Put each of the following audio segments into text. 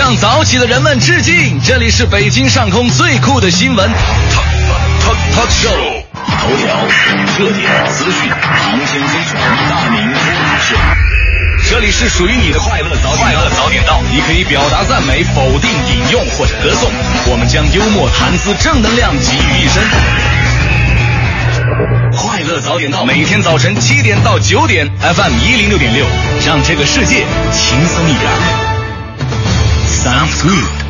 向早起的人们致敬，这里是北京上空最酷的新闻 Talk Show， 头条、热点、资讯、航天飞船、大明脱口秀。这里是属于你的快乐早点到，你可以表达赞美、否定、引用或者歌颂，我们将幽默、谈资、正能量集于一身。快乐早点到，每天早晨7点到9点 FM 106.6，让这个世界轻松一点。Sounds good。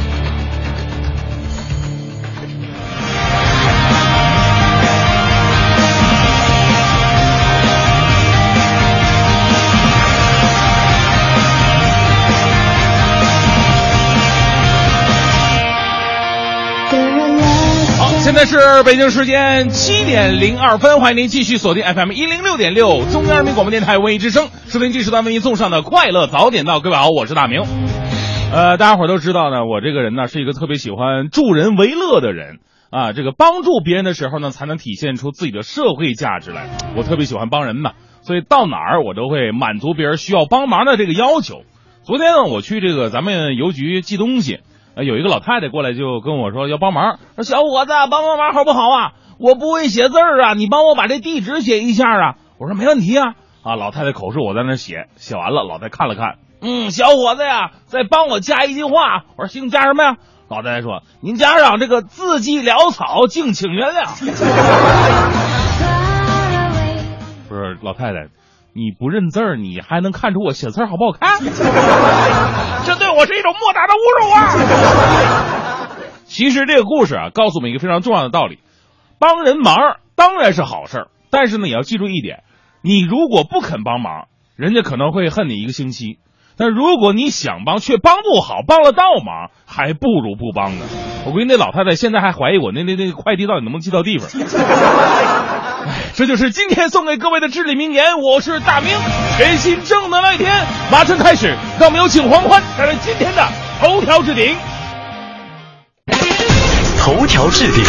现在是北京时间7点02分，欢迎您继续锁定 FM 106.6中央人民广播电台文艺之声，收听这时段为您送上的快乐早点到。各位好，我是大明。大家伙都知道呢，我这个人呢是一个特别喜欢助人为乐的人啊。这个帮助别人的时候呢，才能体现出自己的社会价值来。我特别喜欢帮人嘛，所以到哪儿我都会满足别人需要帮忙的这个要求。昨天呢，我去这个咱们邮局寄东西。有一个老太太过来就跟我说要帮忙，说小伙子帮忙好不好啊？我不会写字啊，你帮我把这地址写一下啊。我说没问题啊。老太太口述我在那写完了，老太太看了看，小伙子呀，再帮我加一句话。我说行，加什么呀？老太太说您加上这个字迹潦草，敬请原谅。不是老太太，你不认字儿，你还能看出我写字好不好看？这对我是一种莫大的侮辱啊！其实这个故事啊，告诉我们一个非常重要的道理：帮人忙当然是好事，但是呢，也要记住一点，你如果不肯帮忙，人家可能会恨你1个星期；但如果你想帮却帮不好，帮了倒忙，还不如不帮呢。我估计那老太太现在还怀疑我那快递到底能不能寄到地方。这就是今天送给各位的至理名言。我是大明，全新正能量一天，马上开始，让我们有请黄欢带来今天的头条置顶。 头条置顶。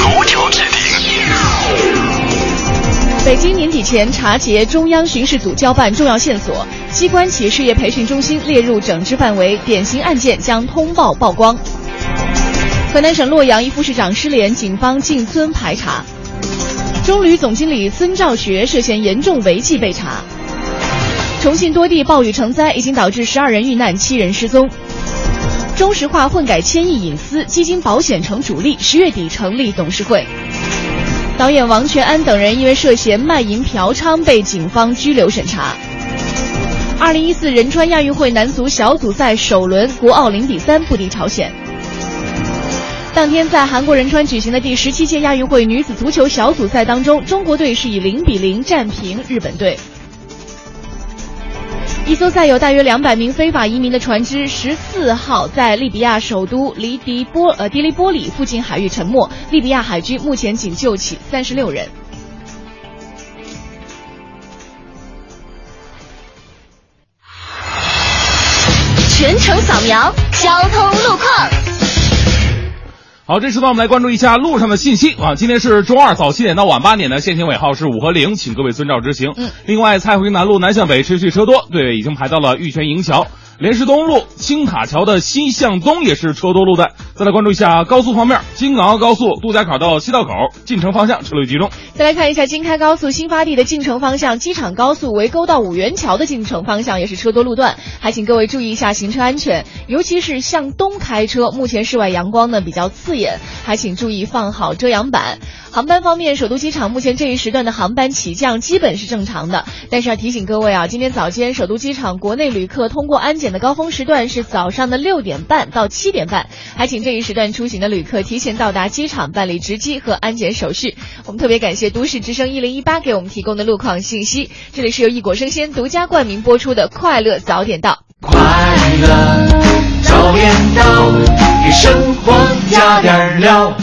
北京年底前查截中央巡视组交办重要线索，机关企事业培训中心列入整治范围，典型案件将通报曝光。河南省洛阳一副市长失联，警方进村排查。中旅总经理孙兆学涉嫌严重违纪被查。重庆多地暴雨成灾，已经导致12人遇难，7人失踪。中石化混改1000亿隐私，基金保险成主力，10月底成立董事会。导演王全安等人因为涉嫌卖淫嫖娼被警方拘留审查。2014仁川亚运会男足小组赛首轮国奥0比3不敌朝鲜。当天在韩国仁川举行的第17届亚运会女子足球小组赛当中，中国队是以0比0战平日本队。一艘载有大约200名非法移民的船只14号在利比亚首都迪利波里附近海域沉没，利比亚海军目前仅救起36人。 全程扫描交通路况。 好，这时段我们来关注一下路上的信息啊。今天是周二，早7点到晚8点的限行尾号是5和0，请各位遵照执行。另外，蔡胡营南路南向北持续车多，队尾已经排到了玉泉营桥。莲石东路青塔桥的西向东也是车多路段。再来关注一下高速方面，京港澳高速杜家口到西道口进城方向车流集中。 再来看一下京开高速新发地的进城方向，机场高速围沟到五元桥的进城方向也是车多路段，还请各位注意一下行车安全，尤其是向东开车，目前室外阳光呢比较刺眼，还请注意放好遮阳板。航班方面，首都机场目前这一时段的航班起降基本是正常的，但是要提醒各位啊，今天早间首都机场国内旅客通过安检的高峰时段是早上的6点半到7点半，还请这一时段出行的旅客提前到达机场办理值机和安检手续。我们特别感谢都市之声1018给我们提供的路况信息。这里是由一果生鲜独家冠名播出的快乐早点到。 快乐早点到，给生活加点料。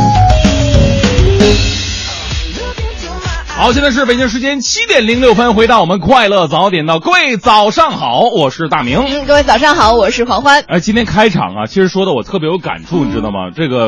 好，现在是北京时间7点06分，回到我们快乐早点到，各位早上好，我是大明。 各位早上好，我是黄欢。 今天开场啊，其实说的我特别有感触，你知道吗？这个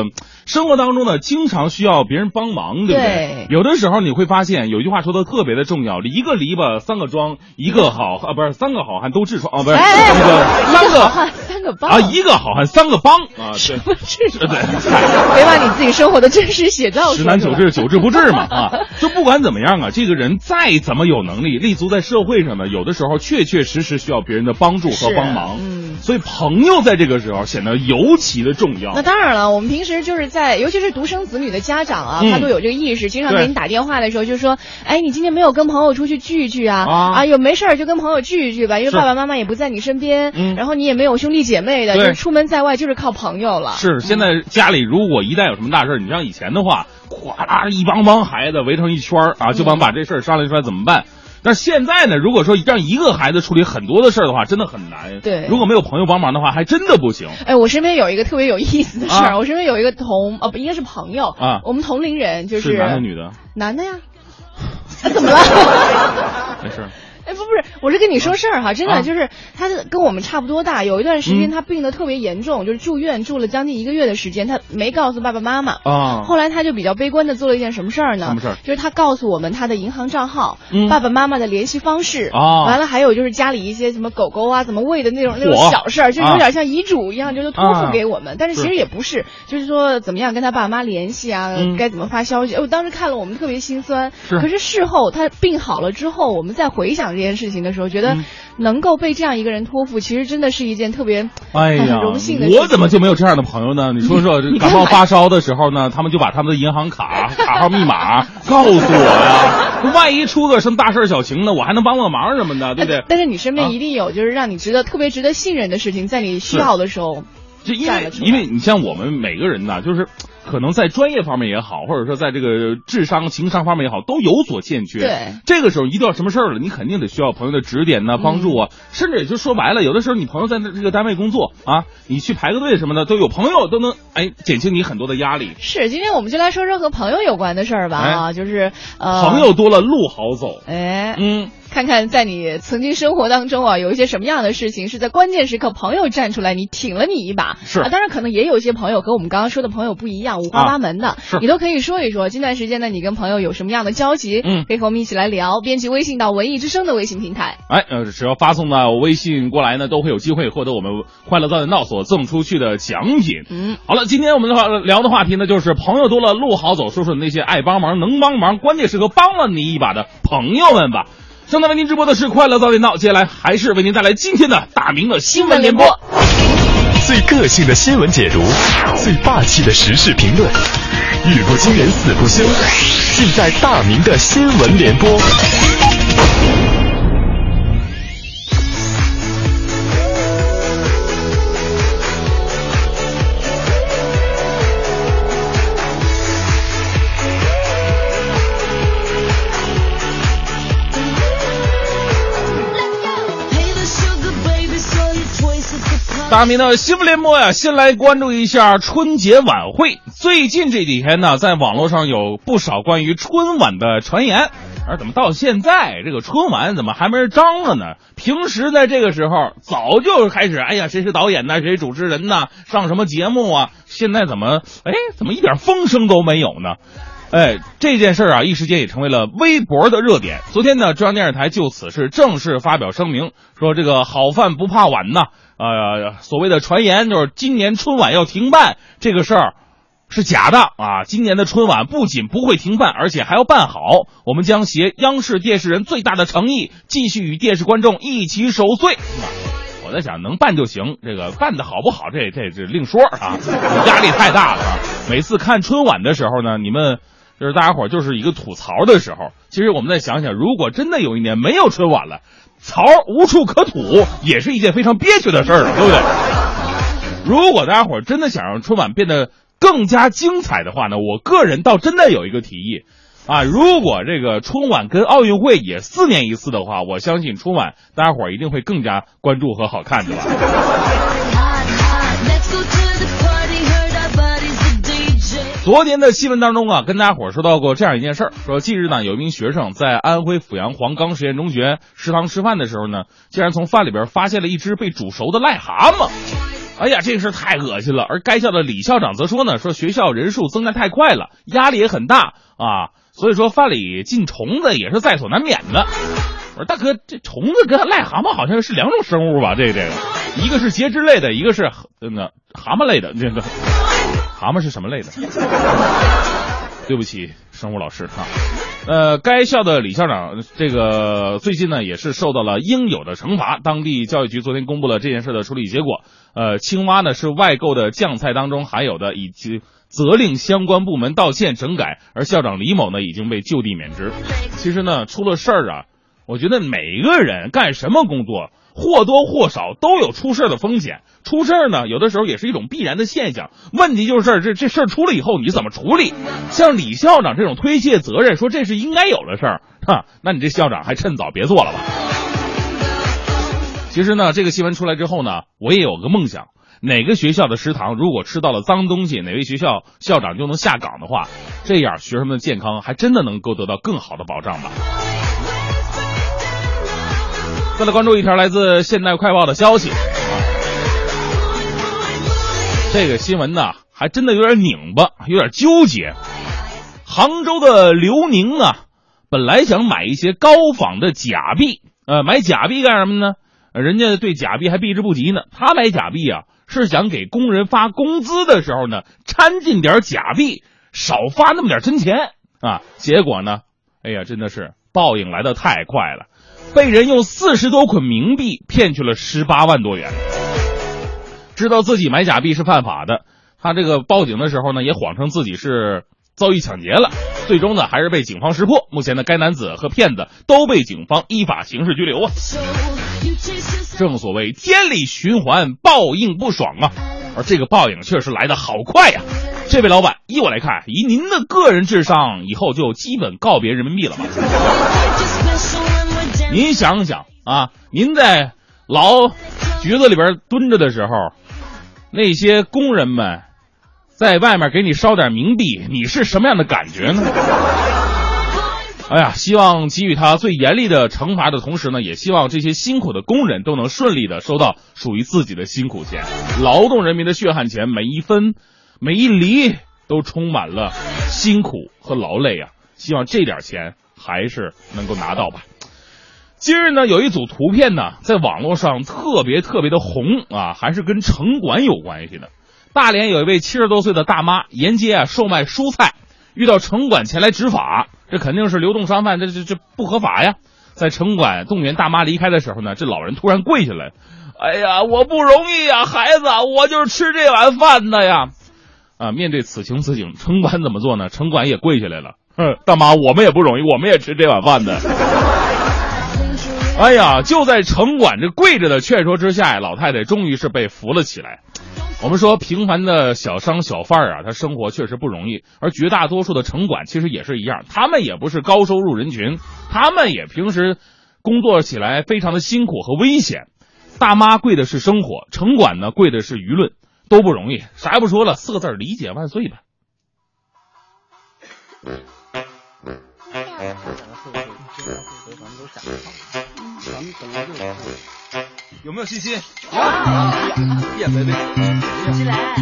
生活当中呢，经常需要别人帮忙，对不对？有的时候你会发现，有一句话说的特别的重要：一个篱笆三个桩，一个好不是三个好汉都痔疮啊，不是三个好汉三个帮啊，一个好汉三个帮啊， 什么痔疮？ 对， 别把你自己生活的真实写照说出来。 十男九痔，九痔不治嘛啊！就不管怎么样啊，这个人再怎么有能力，立足在社会上呢，有的时候确确实实需要别人的帮助和帮忙。所以朋友在这个时候显得尤其的重要。 那当然了，我们平时就是尤其是独生子女的家长啊，他都有这个意识，经常给你打电话的时候就说，哎，你今天没有跟朋友出去聚一聚啊，有没事儿就跟朋友聚一聚吧，因为爸爸妈妈也不在你身边，然后你也没有兄弟姐妹的，就是出门在外就是靠朋友了。 是，现在家里如果一旦有什么大事，你像以前的话，哗啦一帮孩子围成一圈啊，就把这事儿商量出来怎么办。但是现在呢，如果说让一个孩子处理很多的事儿的话，真的很难。 对， 如果没有朋友帮忙的话，还真的不行。 哎，我身边有一个特别有意思的事儿，我身边有一个不应该是朋友啊，我们同龄人就是男的女的？ 男的呀。怎么了？ 没事。 哎，不是，我是跟你说事儿哈，真的就是他跟我们差不多大，有一段时间他病得特别严重，就是住院住了将近1个月的时间，他没告诉爸爸妈妈啊。后来他就比较悲观的做了一件什么事儿呢？ 什么事儿？ 就是他告诉我们他的银行账号、爸爸妈妈的联系方式啊，完了还有就是家里一些什么狗狗啊怎么喂的那种小事儿，就有点像遗嘱一样，就是托付给我们。但是其实也不是，就是说怎么样跟他爸爸妈联系啊，该怎么发消息。我当时看了我们特别心酸，可是事后他病好了之后，我们再回想这件事情的时候，觉得能够被这样一个人托付，其实真的是一件特别很荣幸的事情。 我怎么就没有这样的朋友呢？你说说，感冒发烧的时候呢，他们就把他们的银行卡号密码告诉我呀。万一出个什么大事小情的，我还能帮帮忙什么的，对不对？ 但是你身边一定有就是让你特别值得信任的事情，在你需要的时候。 就因为你像我们每个人呢，就是可能在专业方面也好，或者说在这个智商情商方面也好，都有所欠缺。 对， 这个时候一定要什么事儿了，你肯定得需要朋友的指点呢、帮助啊，甚至也就说白了，有的时候你朋友在这个单位工作啊，你去排个队什么的，都有朋友都能减轻你很多的压力。 是，今天我们就来说说和朋友有关的事儿吧就是朋友多了路好走。 看看在你曾经生活当中有一些什么样的事情是在关键时刻朋友站出来，你挺了你一把。 是当然可能也有些朋友和我们刚刚说的朋友不一样，五花八门的，你都可以说一说。近段时间呢，你跟朋友有什么样的交集？可以和我们一起来聊。编辑微信到文艺之声的微信平台。 只要发送到微信过来呢，都会有机会获得我们快乐早点到所赠出去的奖品。好了，今天我们聊的话题呢，就是朋友多了路好走，说说那些爱帮忙、能帮忙，关键时刻帮了你一把的朋友们吧。正在为您直播的是快乐早点到，接下来还是为您带来今天的大明的新闻联播。 最个性的新闻解读，最霸气的时事评论，语不惊人死不休，尽在大明的新闻联播。 大明的新闻联播呀，先来关注一下春节晚会。最近这几天呢，在网络上有不少关于春晚的传言，而怎么到现在这个春晚怎么还没人张了呢？平时在这个时候早就开始，谁是导演呢？谁主持人呢？上什么节目啊？现在怎么一点风声都没有呢？这件事一时间也成为了微博的热点。昨天呢，中央电视台就此事正式发表声明，说这个好饭不怕晚呐。所谓的传言就是今年春晚要停办，这个事儿是假的啊！今年的春晚不仅不会停办，而且还要办好。我们将携央视电视人最大的诚意，继续与电视观众一起守岁。我在想，能办就行，这个办得好不好，这另说啊，压力太大了啊！每次看春晚的时候呢，你们就是大家伙就是一个吐槽的时候。其实我们再想想，如果真的有一年没有春晚了，槽无处可吐，也是一件非常憋屈的事儿，对不对？如果大家伙真的想让春晚变得更加精彩的话呢，我个人倒真的有一个提议如果这个春晚跟奥运会也4年一次的话，我相信春晚大家伙一定会更加关注和好看的吧。昨天的新闻当中跟大家伙说到过这样一件事儿，说近日呢，有一名学生在安徽阜阳黄冈实验中学食堂吃饭的时候呢，竟然从饭里边发现了一只被煮熟的癞蛤蟆。 哎呀，这个事太恶心了。而该校的李校长则说呢，说学校人数增加太快了，压力也很大啊，所以说饭里进虫子也是在所难免的。我说大哥，这虫子跟癞蛤蟆好像是两种生物吧？这个，一个是节肢类的，一个是蛤蟆类的。这个蛤蟆是什么类的？对不起，生物老师啊。该校的李校长这个最近呢也是受到了应有的惩罚。当地教育局昨天公布了这件事的处理结果。青蛙呢是外购的酱菜当中含有的，以及责令相关部门道歉整改。而校长李某呢已经被就地免职。其实呢出了事儿啊，我觉得每个人干什么工作或多或少都有出事的风险，出事呢有的时候也是一种必然的现象。问题就是这事儿出了以后你怎么处理？像李校长这种推卸责任说这是应该有的事儿，那你这校长还趁早别做了吧。其实呢这个新闻出来之后呢，我也有个梦想，哪个学校的食堂如果吃到了脏东西，哪位学校校长就能下岗的话，这样学生们的健康还真的能够得到更好的保障吧。再来关注一条来自现代快报的消息，这个新闻呢还真的有点拧巴，有点纠结。杭州的刘宁啊，本来想买一些高仿的假币，买假币干什么呢？人家对假币还避之不及呢。他买假币啊，是想给工人发工资的时候呢，掺进点假币，少发那么点真钱啊。结果呢，哎呀，真的是报应来得太快了。被人用40多捆冥币骗去了18万多元。知道自己买假币是犯法的，他这个报警的时候呢，也谎称自己是遭遇抢劫了。最终呢，还是被警方识破。目前呢，该男子和骗子都被警方依法刑事拘留啊。正所谓天理循环，报应不爽啊。而这个报应确实来得好快呀。这位老板，依我来看，以您的个人智商，以后就基本告别人民币了吧。您想想啊，您在牢局子里边蹲着的时候，那些工人们在外面给你烧点冥币，你是什么样的感觉呢？哎呀，希望给予他最严厉的惩罚的同时呢，也希望这些辛苦的工人都能顺利的收到属于自己的辛苦钱。劳动人民的血汗钱，每一分每一厘都充满了辛苦和劳累啊！希望这点钱还是能够拿到吧。今日呢，有一组图片呢，在网络上特别的红啊，还是跟城管有关系的。大连有一位70多岁的大妈沿街啊售卖蔬菜，遇到城管前来执法，这肯定是流动商贩，这不合法呀。在城管动员大妈离开的时候呢，这老人突然跪下来，哎呀，我不容易呀，孩子，我就是吃这碗饭的呀。面对此情此景，城管怎么做呢？城管也跪下来了，大妈，我们也不容易，我们也吃这碗饭的。哎呀，就在城管这跪着的劝说之下，老太太终于是被扶了起来。我们说平凡的小商小贩啊，他生活确实不容易，而绝大多数的城管其实也是一样，他们也不是高收入人群，他们也平时工作起来非常的辛苦和危险。大妈跪的是生活，城管呢跪的是舆论，都不容易。啥也不说了，4个字，理解万岁吧。有没有信心？有。别别别，起来。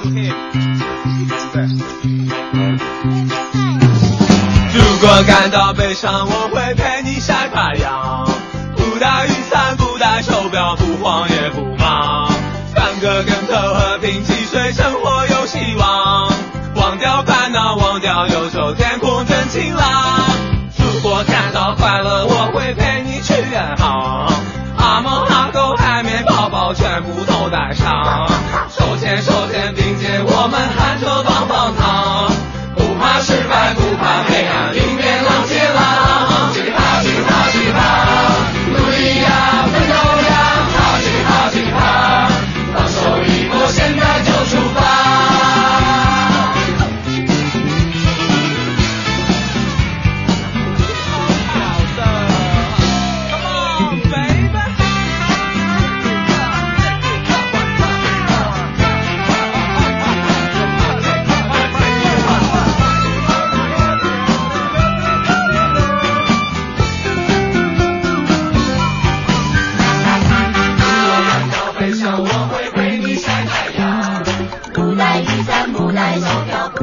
如果感到悲伤，我会陪你晒太阳。不带雨伞，不带手表，不慌也不忙。翻个跟头，和平汽水，生活有希望。忘掉烦恼，忘掉忧愁，天空真晴朗。如果感到快乐，我会陪你去远航。阿猫阿狗海绵宝宝全部都带上，手牵手肩并肩，我们喊着棒棒糖。不怕失败，不怕黑暗，迎面浪接浪。嘻哈嘻哈嘻哈，努力呀，奋斗呀，哈嘻哈嘻哈，放手一搏，现在就出发。我会陪你晒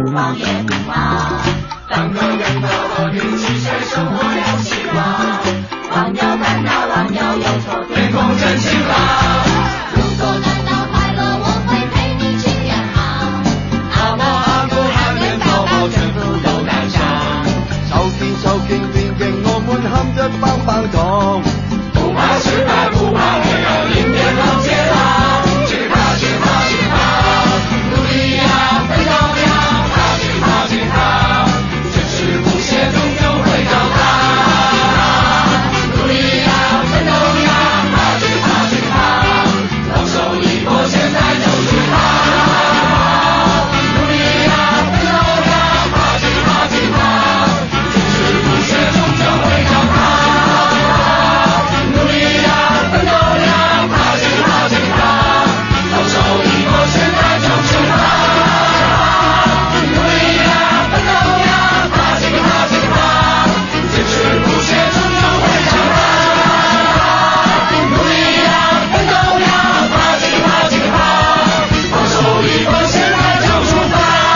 不慌也不忙，当个人的和平其实生活有希望，忘掉烦恼，忘掉忧愁，天空真晴朗。如果感到快乐，我会陪你去远航。阿猫阿狗喊连宝宝全部都带上，手牽便徑我們喊着棒棒糖，不怕失敗，不怕沒有迎面浪接浪，只怕只怕只怕，努力呀，奮鬥呀，怕只怕只怕，堅持不懈終究會到達。努力呀，奮鬥呀，怕只怕只怕，放手一搏，現在就出發。努力呀，奮鬥呀，怕只怕只怕，堅持不懈終究會到達。努力呀，奮鬥呀，怕只怕只怕，放手一搏，現在就出發。努力呀，奮鬥呀，怕只怕只怕，堅持不懈終究會到達。努力呀，奮鬥呀，怕只怕只怕，放手一搏，現在就出發。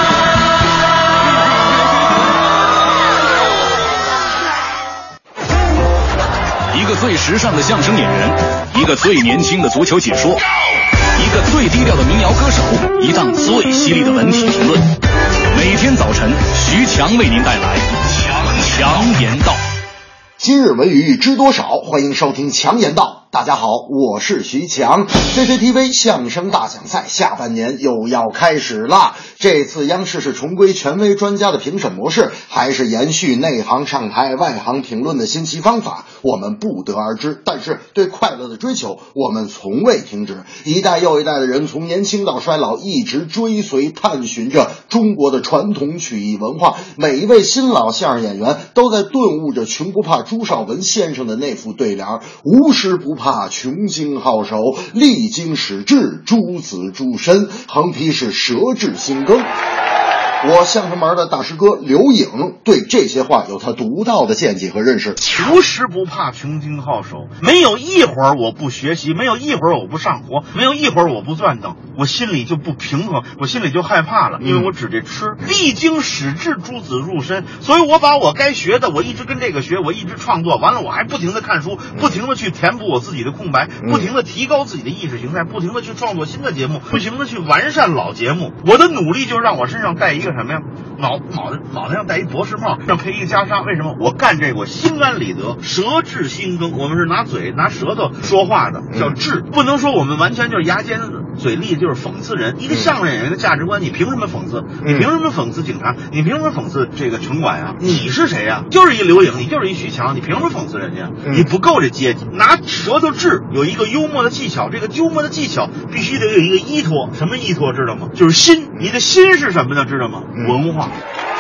一个最时尚的相声演员，一个最年轻的足球解说，一个最低调的民谣歌手，一档最犀利的文体评论。每天早晨，徐强为您带来强言道。 今日文娱知多少？欢迎收听强言道。大家好，我是徐强。CCTV 相声大奖赛下半年又要开始了。这次央视是重归权威专家的评审模式，还是延续内行上台外行评论的新奇方法，我们不得而知。但是对快乐的追求，我们从未停止。一代又一代的人从年轻到衰老，一直追随探寻着中国的传统曲艺文化。每一位新老相声演员都在顿悟着穷不怕朱绍文先生的那副对联：无师不怕穷经好手，历经史志诸子诸身，横批是蛇至心耕。我相声门的大师哥刘颖对这些话有他独到的见解和认识。 无师不怕穷经好手，没有一会儿我不学习，没有一会儿我不上活，没有一会儿我不钻等，我心里就不平衡，我心里就害怕了，因为我指这吃。历经史志诸子入身，所以我把我该学的，我一直跟这个学，我一直创作，完了我还不停的看书，不停的去填补我自己的空白，不停的提高自己的意识形态，不停的去创作新的节目，不停的去完善老节目。我的努力就让我身上带一个什么呀？脑袋上戴一博士帽，上配一个袈裟。为什么？我干这个我心安理得，舌至心耕。我们是拿舌头说话的，叫智。不能说我们完全就是牙尖嘴利，就是讽刺人。一个相声演员的价值观，你凭什么讽刺？你凭什么讽刺警察？你凭什么讽刺这个城管啊？你是谁呀？就是一刘颖，你就是一徐强，你凭什么讽刺人家？你不够这阶级。拿舌头治有一个幽默的技巧，这个幽默的技巧必须得有一个依托。什么依托知道吗？就是心。你的心是什么呢？知道吗？文化。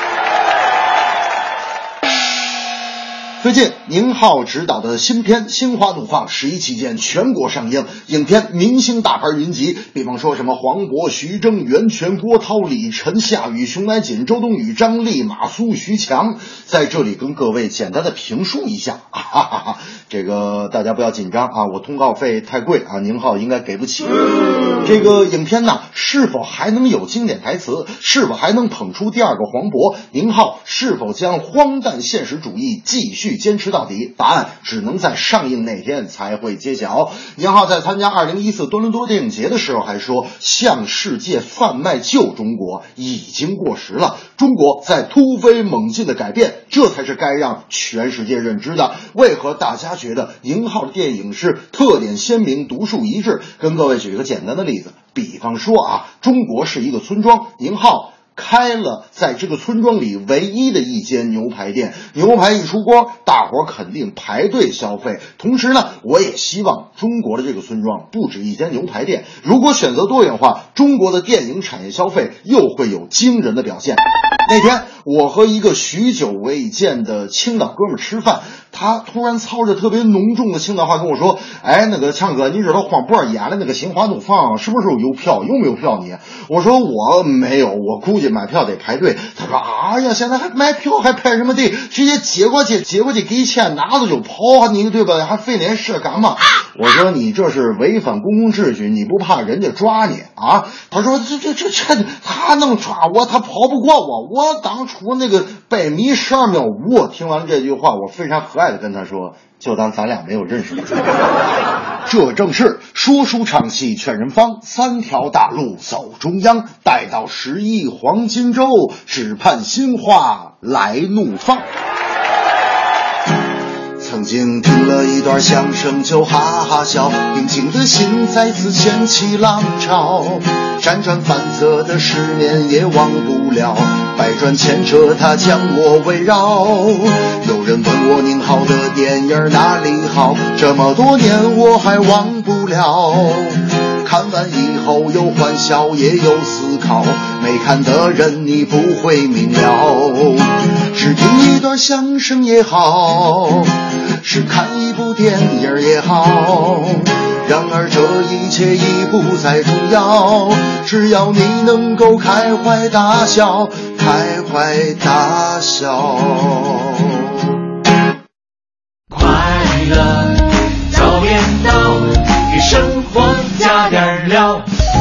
最近宁浩执导的新片《心花怒放》11期间全国上映，影片明星大牌云集，比方说什么黄渤、徐峥、袁泉、郭涛、李晨、夏雨、熊乃瑾、周冬雨、张丽、马苏、徐强，在这里跟各位简单的评述一下，这个大家不要紧张啊，我通告费太贵啊，宁浩应该给不起。这个影片呢，是否还能有经典台词？是否还能捧出第二个黄渤？宁浩是否将荒诞现实主义继续坚持到底？答案只能在上映那天才会揭晓。宁浩在参加2014多伦多电影节的时候还说，向世界贩卖旧中国已经过时了，中国在突飞猛进的改变，这才是该让全世界认知的。为何大家觉得宁浩的电影是特点鲜明、独树一帜？跟各位举一个简单的例子，比方说啊，中国是一个村庄，宁浩开了在这个村庄里唯一的一间牛排店，牛排一出锅，大伙肯定排队消费。同时呢，我也希望中国的这个村庄不止一间牛排店，如果选择多元化，中国的电影产业消费又会有惊人的表现。那天我和一个许久未见的青岛哥们吃饭，他突然操着特别浓重的青岛话跟我说，哎，那个强哥，你知道黄渤演的那个《心花怒放》是不是有票？有没有票你？我说我没有，我估计西买票得排队。他说哎呀，现在还买票还排什么队？直接接过去给钱拿着就跑，你对吧？还费那事干嘛？我说你这是违反公共秩序，你不怕人家抓你啊？他说这他能抓我，他跑不过我当初那个100米12秒5。听完这句话，我非常和蔼的跟他说，就当咱俩没有认识过。这正是说书唱戏劝人方，3条大路走中央，待到11黄金周，只盼新话来怒放。曾经听了一段相声就哈哈笑，平静的心再次掀起浪潮，辗转反侧的失眠也忘不了，百转千折它将我围绕。有人问我宁好的电影哪里好，这么多年我还忘不了。看完以后有欢笑也有思考，没看的人你不会明了。是听一段相声也好，是看一部电影也好，然而这一切已不再重要，只要你能够开怀大笑，开怀大笑。 快乐早点到，给生活加点料。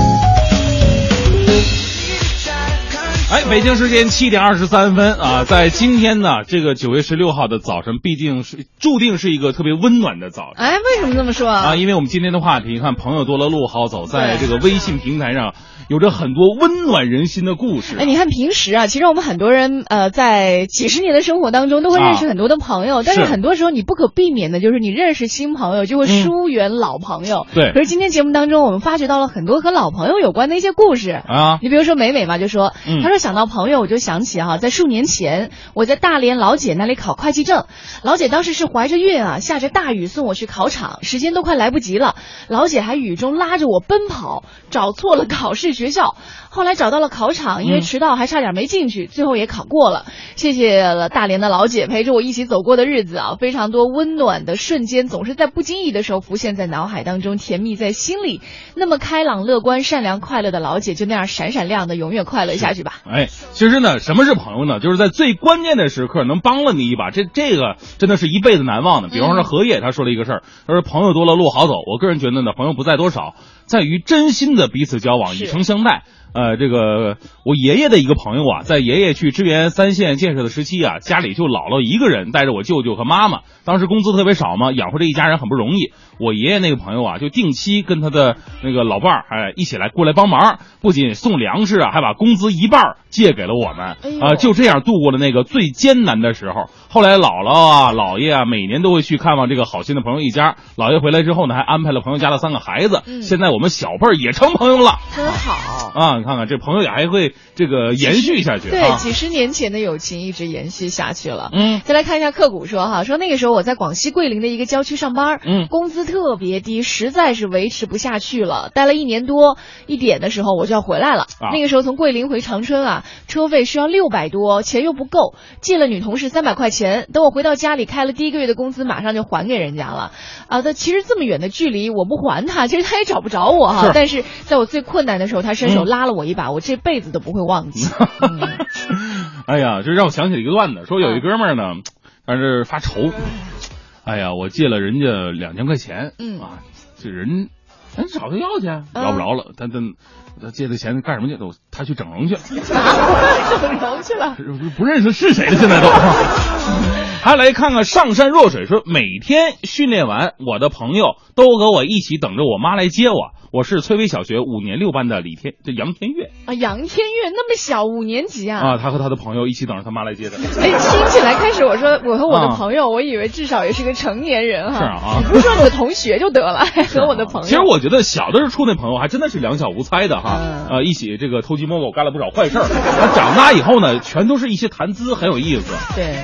北京时间7点23分啊，在今天呢，这个9月16号的早晨，注定是一个特别温暖的早晨。 为什么这么说啊？ 因为我们今天的话题，看朋友多了路好走，在这个微信平台上有着很多温暖人心的故事。 你看平时啊，其实我们很多人在几十年的生活当中都会认识很多的朋友，但是很多时候你不可避免的就是你认识新朋友就会疏远老朋友。 对。 可是今天节目当中，我们发掘到了很多和老朋友有关的一些故事啊。你比如说美美嘛，就说，她说想到朋友，我就想起在数年前我在大连老姐那里考会计证，老姐当时是怀着孕啊，下着大雨送我去考场，时间都快来不及了，老姐还雨中拉着我奔跑，找错了考试学校，后来找到了考场，因为迟到还差点没进去，最后也考过了。谢谢了大连的老姐陪着我一起走过的日子啊，非常多温暖的瞬间总是在不经意的时候浮现在脑海当中，甜蜜在心里。那么开朗乐观善良快乐的老姐就那样闪闪亮的永远快乐下去吧。 其实呢，什么是朋友呢？就是在最关键的时刻能帮了你一把，这个真的是一辈子难忘的。比方说荷叶他说了一个事儿，他说朋友多了路好走。我个人觉得呢，朋友不在多少，在于真心的彼此交往，以诚相待。这个我爷爷的一个朋友啊，在爷爷去支援3线建设的时期啊，家里就姥姥一个人带着我舅舅和妈妈，当时工资特别少嘛，养活这一家人很不容易。我爷爷那个朋友啊，就定期跟他的那个老伴儿一起来过来帮忙，不仅送粮食啊，还把工资一半借给了我们就这样度过了那个最艰难的时候。后来姥姥啊姥爷啊每年都会去看望这个好心的朋友一家，姥爷回来之后呢，还安排了朋友家的3个孩子，现在我们小辈儿也成朋友了， 真好啊！你看看这朋友也还会这个延续下去， 对，几十年前的友情一直延续下去了。再来看一下刻骨说说那个时候我在广西桂林的一个郊区上班，工资特别低，实在是维持不下去了，待了1年多一点的时候我就要回来了。那个时候从桂林回长春啊，车费需要600多，钱又不够，借了女同事300块钱，等我回到家里开了第1个月的工资，马上就还给人家了但其实这么远的距离我不还他，其实他也找不着我但是在我最困难的时候他伸手拉了我一把，我这辈子都不会忘记。 哎呀，这让我想起了一个段子，说有一哥们儿呢，但是发愁，哎呀，我借了人家2000块钱，这人咱找他要去，要不着了，他借的钱干什么去？他去整容去了， 整容去了， 不认识是谁了，现在都。还来看看上善若水说，每天训练完，我的朋友都和我一起等着我妈来接我。我是崔巍小学5年6班的杨天月杨天月那么小5年级啊！ 他和他的朋友一起等着他妈来接的。 听起来开始我说我和我的朋友，我以为至少也是个成年人哈。 是啊， 你不是说你的同学就得了，还和我的朋友。 其实我觉得小的时候处那朋友还真的是两小无猜的哈，一起这个偷鸡摸狗干了不少坏事儿。长大以后呢，全都是一些谈资，很有意思。 对。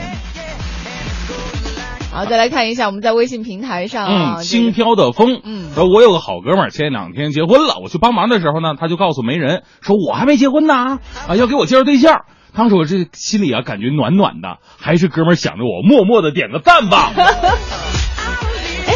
好，再来看一下我们在微信平台上轻飘的风。我有个好哥们儿，前2天结婚了，我去帮忙的时候呢，他就告诉媒人说我还没结婚呢要给我介绍对象。当时我这心里感觉暖暖的，还是哥们儿想着我，默默的点个赞吧。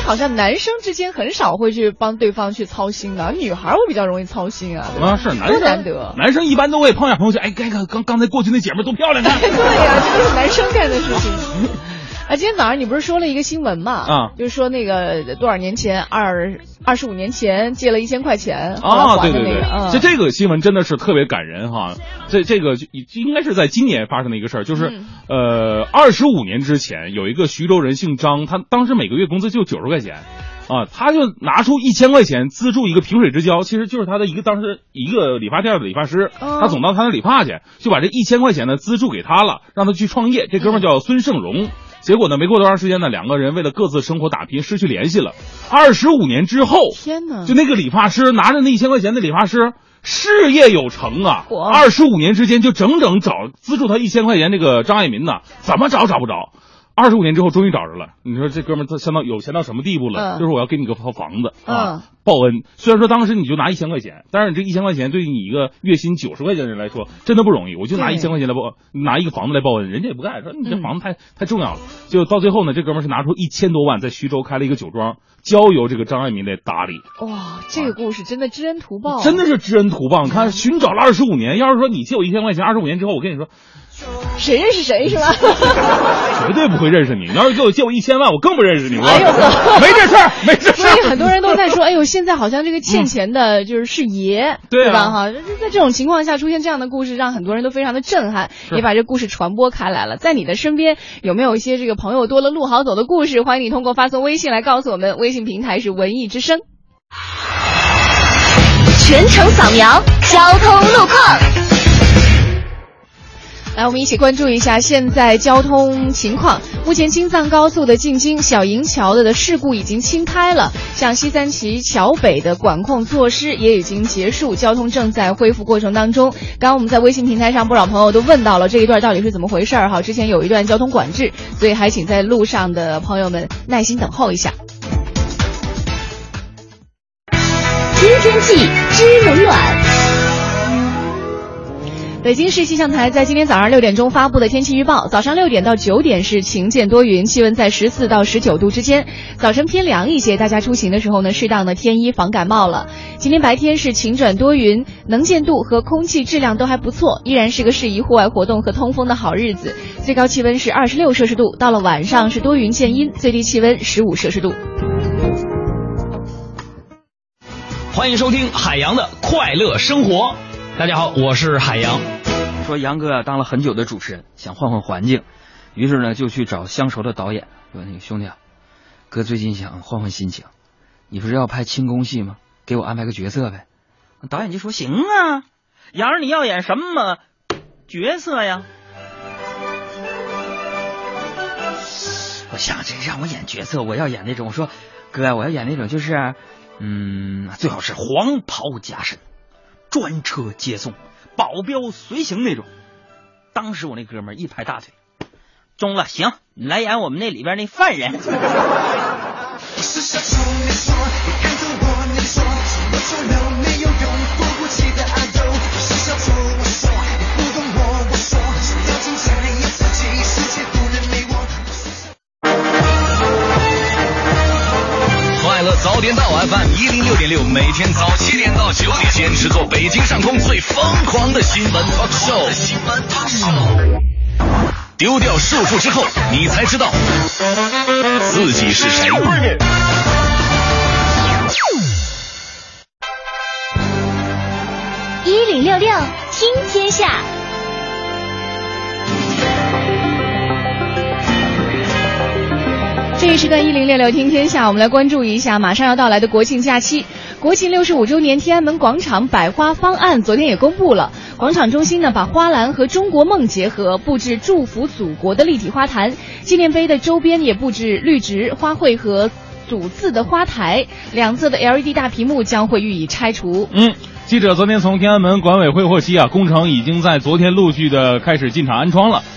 好像男生之间很少会去帮对方去操心的，女孩会比较容易操心啊。 啊，是男生， 难得， 男生一般都会碰一下朋友圈，哎，刚才过去那姐们多漂亮啊！ 对呀，这都是男生干的事情。啊，今天早上你不是说了一个新闻嘛？啊，就是说那个多少年前25年前借了1000块钱啊，对，这个新闻真的是特别感人哈。这个应该是在今年发生的一个事儿，就是25年之前有一个徐州人姓张，他当时每个月工资就90块钱。啊，他就拿出1000块钱资助一个萍水之交，其实就是他的当时一个理发店的理发师，他总到他那理发去，就把这1000块钱呢资助给他了，让他去创业。这哥们儿叫孙胜荣。结果呢，没过多长时间呢，两个人为了各自生活打拼，失去联系了。25年之后， 天哪！ 就那个理发师拿着那1000块钱的理发师事业有成啊！25年之间就整找资助他1000块钱这个张爱民呢，怎么找不着。25年之后终于找着了，你说这哥们儿他相当有钱到什么地步了？就是我要给你个套房子啊，报恩。虽然说当时你就拿1000块钱，但是你这1000块钱对于你一个月薪90块钱的人来说真的不容易。我就拿1000块钱来拿一个房子来报恩，人家也不干，说你这房子太重要了。就到最后呢，这哥们儿是拿出1000多万在徐州开了一个酒庄，交由这个张爱民来打理。 哇，这个故事真的知恩图报， 真的是知恩图报。你看寻找了25年，要是说你借我1000块钱，25年之后我跟你说。 谁认识谁是吧？ 绝对不会认识你。你要是给我借我1000万，我更不认识你。 哎呦呵， 没这事儿，没这事儿。 所以很多人都在说，哎呦，现在好像这个欠钱的是爷，对吧？哈，在这种情况下出现这样的故事，让很多人都非常的震撼，也把这故事传播开来了。在你的身边有没有一些这个朋友多了路好走的故事？欢迎你通过发送微信来告诉我们，微信平台是文艺之声。 全程扫描交通路况。 来，我们一起关注一下现在交通情况。目前京藏高速的进京小营桥的事故已经清开了，像西三旗桥北的管控措施也已经结束，交通正在恢复过程当中。刚刚我们在微信平台上不少朋友都问到了这一段到底是怎么回事哈，之前有一段交通管制，所以还请在路上的朋友们耐心等候一下。 知天气，知冷暖。 北京市气象台在今天早上6点钟发布的天气预报，早上6点到9点是晴间多云，气温在14到19度之间，早晨偏凉一些，大家出行的时候呢，适当的添衣防感冒了。今天白天是晴转多云，能见度和空气质量都还不错，依然是个适宜户外活动和通风的好日子。最高气温是26摄氏度，到了晚上是多云见阴，最低气温15摄氏度。 欢迎收听海洋的快乐生活。大家好，我是海洋。 说杨哥啊，当了很久的主持人，想换换环境，于是呢就去找相熟的导演，说那个兄弟啊，哥最近想换换心情，你不是要拍轻功戏吗？给我安排个角色呗。导演就说行啊，杨儿你要演什么角色呀？我想这让我演角色，我要演那种，我说哥啊，我要演那种就是最好是黄袍加身，专车接送，保镖随行那种。当时我那哥们儿一拍大腿，中了，行，你来演我们那里边那犯人。 快乐早点到 FM 106.6，每天早7点到9点，坚持做北京上空最疯狂的新闻 talk show。丢掉束缚之后，你才知道自己是谁。 1066听天下。 这一时段1066听天下，我们来关注一下马上要到来的国庆假期。国庆65周年天安门广场百花方案昨天也公布了，广场中心呢把花篮和中国梦结合，布置祝福祖国的立体花坛，纪念碑的周边也布置绿植、花卉和组字的花台，两侧的 LED 大屏幕将会予以拆除。 记者昨天从天安门管委会获悉啊，工程已经在昨天陆续的开始进场安装了。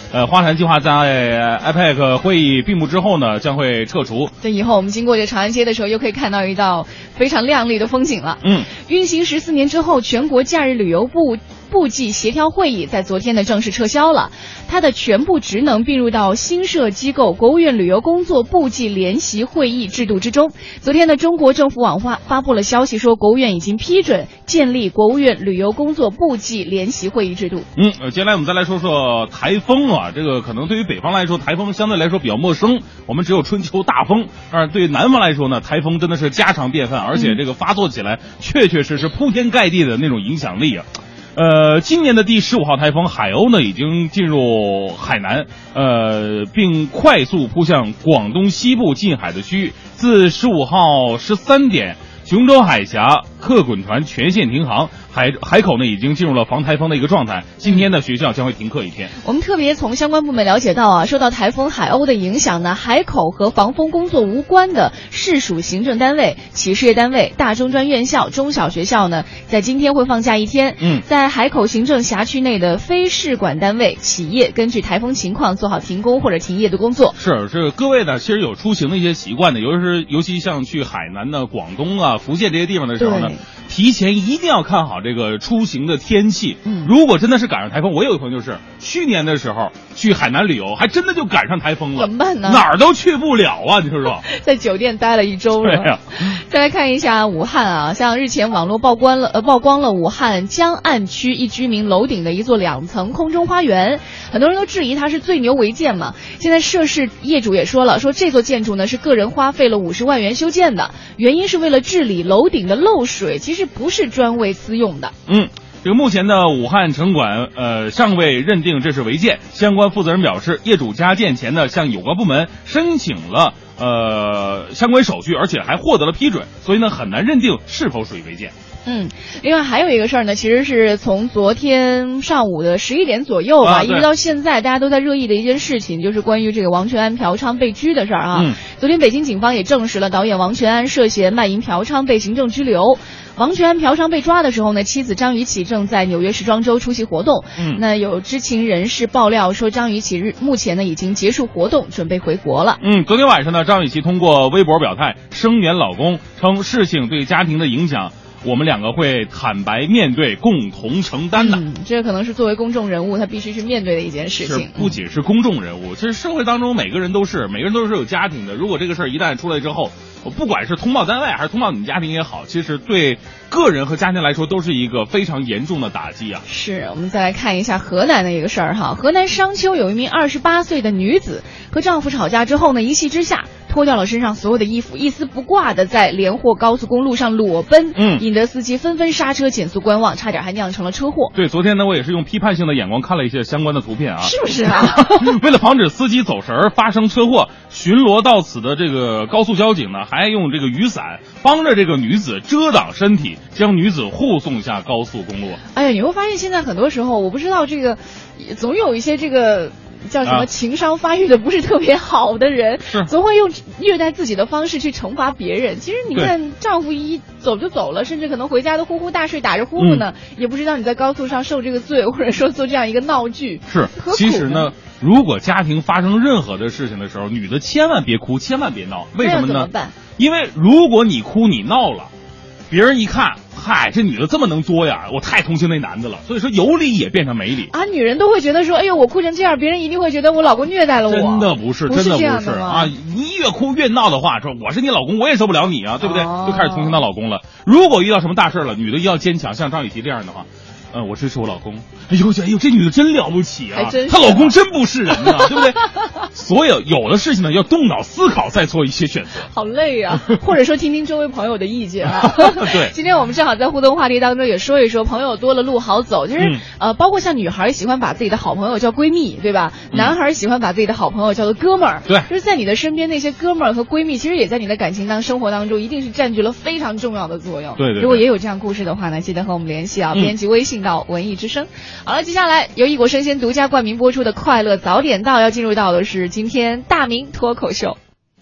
花坛计划在 IPEC 会议闭幕之后呢，将会撤除。 对，以后我们经过这长安街的时候，又可以看到一道非常亮丽的风景了。运行14年之后，全国假日旅游部际协调会议在昨天呢正式撤销了，它的全部职能并入到新设机构国务院旅游工作部际联席会议制度之中。昨天呢，中国政府网发布了消息说，国务院已经批准建立国务院旅游工作部际联席会议制度。 接下来我们再来说说台风啊，这个可能对于北方来说，台风相对来说比较陌生，我们只有春秋大风，而对南方来说呢，台风真的是家常便饭，而且这个发作起来确实铺天盖地的那种影响力啊。今年的第15号台风海鸥呢，已经进入海南，并快速扑向广东西部近海的区域。自15号13点，琼州海峡客滚船全线停航，海口呢已经进入了防台风的一个状态。今天的学校将会停课1天。 我们特别从相关部门了解到啊，受到台风海鸥的影响呢，海口和防风工作无关的市属行政单位、企事业单位、大中专院校、中小学校呢，在今天会放假1天。在海口行政辖区内的非市管单位、企业，根据台风情况做好停工或者停业的工作。 是各位呢，其实有出行的一些习惯的，尤其像去海南的、广东啊、福建这些地方的时候呢，提前一定要看好这个出行的天气。如果真的是赶上台风，我有个朋友就是去年的时候去海南旅游，还真的就赶上台风了， 怎么办呢？ 哪儿都去不了啊，你说说。 在酒店待了1周了。 对啊。 再来看一下武汉啊，像日前网络曝光了武汉江岸区一居民楼顶的一座2层空中花园，很多人都质疑它是最牛违建嘛。现在涉事业主也说了，说这座建筑呢是个人花费了50万元修建的，原因是为了治理楼顶的漏水，其实不是专为私用的。 这个目前的武汉城管尚未认定这是违建，相关负责人表示，业主加建前呢向有关部门申请了相关手续，而且还获得了批准，所以呢很难认定是否属于违建。 另外还有一个事儿呢，其实是从昨天上午的11点左右吧，一直到现在大家都在热议的一件事情，就是关于这个王全安嫖娼被拘的事儿啊。昨天北京警方也证实了导演王全安涉嫌卖淫嫖娼被行政拘留。王全安嫖娼被抓的时候呢，妻子张雨绮正在纽约时装周出席活动。那有知情人士爆料说，张雨绮目前呢已经结束活动，准备回国了。 昨天晚上呢，张雨绮通过微博表态声援老公，称事情对家庭的影响，我们2个会坦白面对，共同承担的。 这可能是作为公众人物他必须去面对的一件事情。 不仅是公众人物，其实社会当中每个人都是有家庭的。如果这个事儿一旦出来之后，不管是通报单位还是通报你家庭也好，其实对个人和家庭来说都是一个非常严重的打击啊。 是，我们再来看一下河南的一个事儿哈。河南商丘有一名28岁的女子和丈夫吵架之后呢，一气之下脱掉了身上所有的衣服，一丝不挂的在连霍高速公路上裸奔，引得司机纷纷刹车减速观望，差点还酿成了车祸。 对，昨天呢我也是用批判性的眼光看了一些相关的图片啊。 是不是啊？ 为了防止司机走神发生车祸，巡逻到此的这个高速交警呢，还用这个雨伞帮着这个女子遮挡身体，将女子护送下高速公路。 哎呀，你会发现现在很多时候，我不知道这个总有一些这个叫什么情商发育的不是特别好的人，总会用虐待自己的方式去惩罚别人。其实你看，丈夫一走就走了，甚至可能回家都呼呼大睡，打着呼噜呢，也不知道你在高速上受这个罪，或者说做这样一个闹剧。 其实呢，如果家庭发生任何的事情的时候，女的千万别哭，千万别闹。为什么呢？ 怎么办？ 因为如果你哭你闹了，别人一看，嗨，这女的这么能作呀，我太同情那男的了。所以说有理也变成没理啊，女人都会觉得说，哎呦，我哭成这样，别人一定会觉得我老公虐待了我。 真的不是，真的不是啊！你越哭越闹的话，说我是你老公，我也受不了你啊，对不对？就开始同情她老公了。如果遇到什么大事了，女的要坚强，像张雨绮这样的话。我支持我老公。哎呦，这女的真了不起啊！她老公真不是人啊，对不对？所以有的事情呢，要动脑思考，再做一些选择。 好累啊，或者说听听周围朋友的意见啊。 对， 今天我们正好在互动话题当中也说一说，朋友多了路好走。就是包括像女孩喜欢把自己的好朋友叫闺蜜，对吧？男孩喜欢把自己的好朋友叫做哥们儿。 对， 就是在你的身边那些哥们儿和闺蜜，其实也在你的感情生活当中一定是占据了非常重要的作用。 对。 如果也有这样故事的话呢，记得和我们联系啊，编辑微信到文艺之声。好了，接下来由异果生鲜独家冠名播出的快乐早点到，要进入到的是今天大明脱口秀。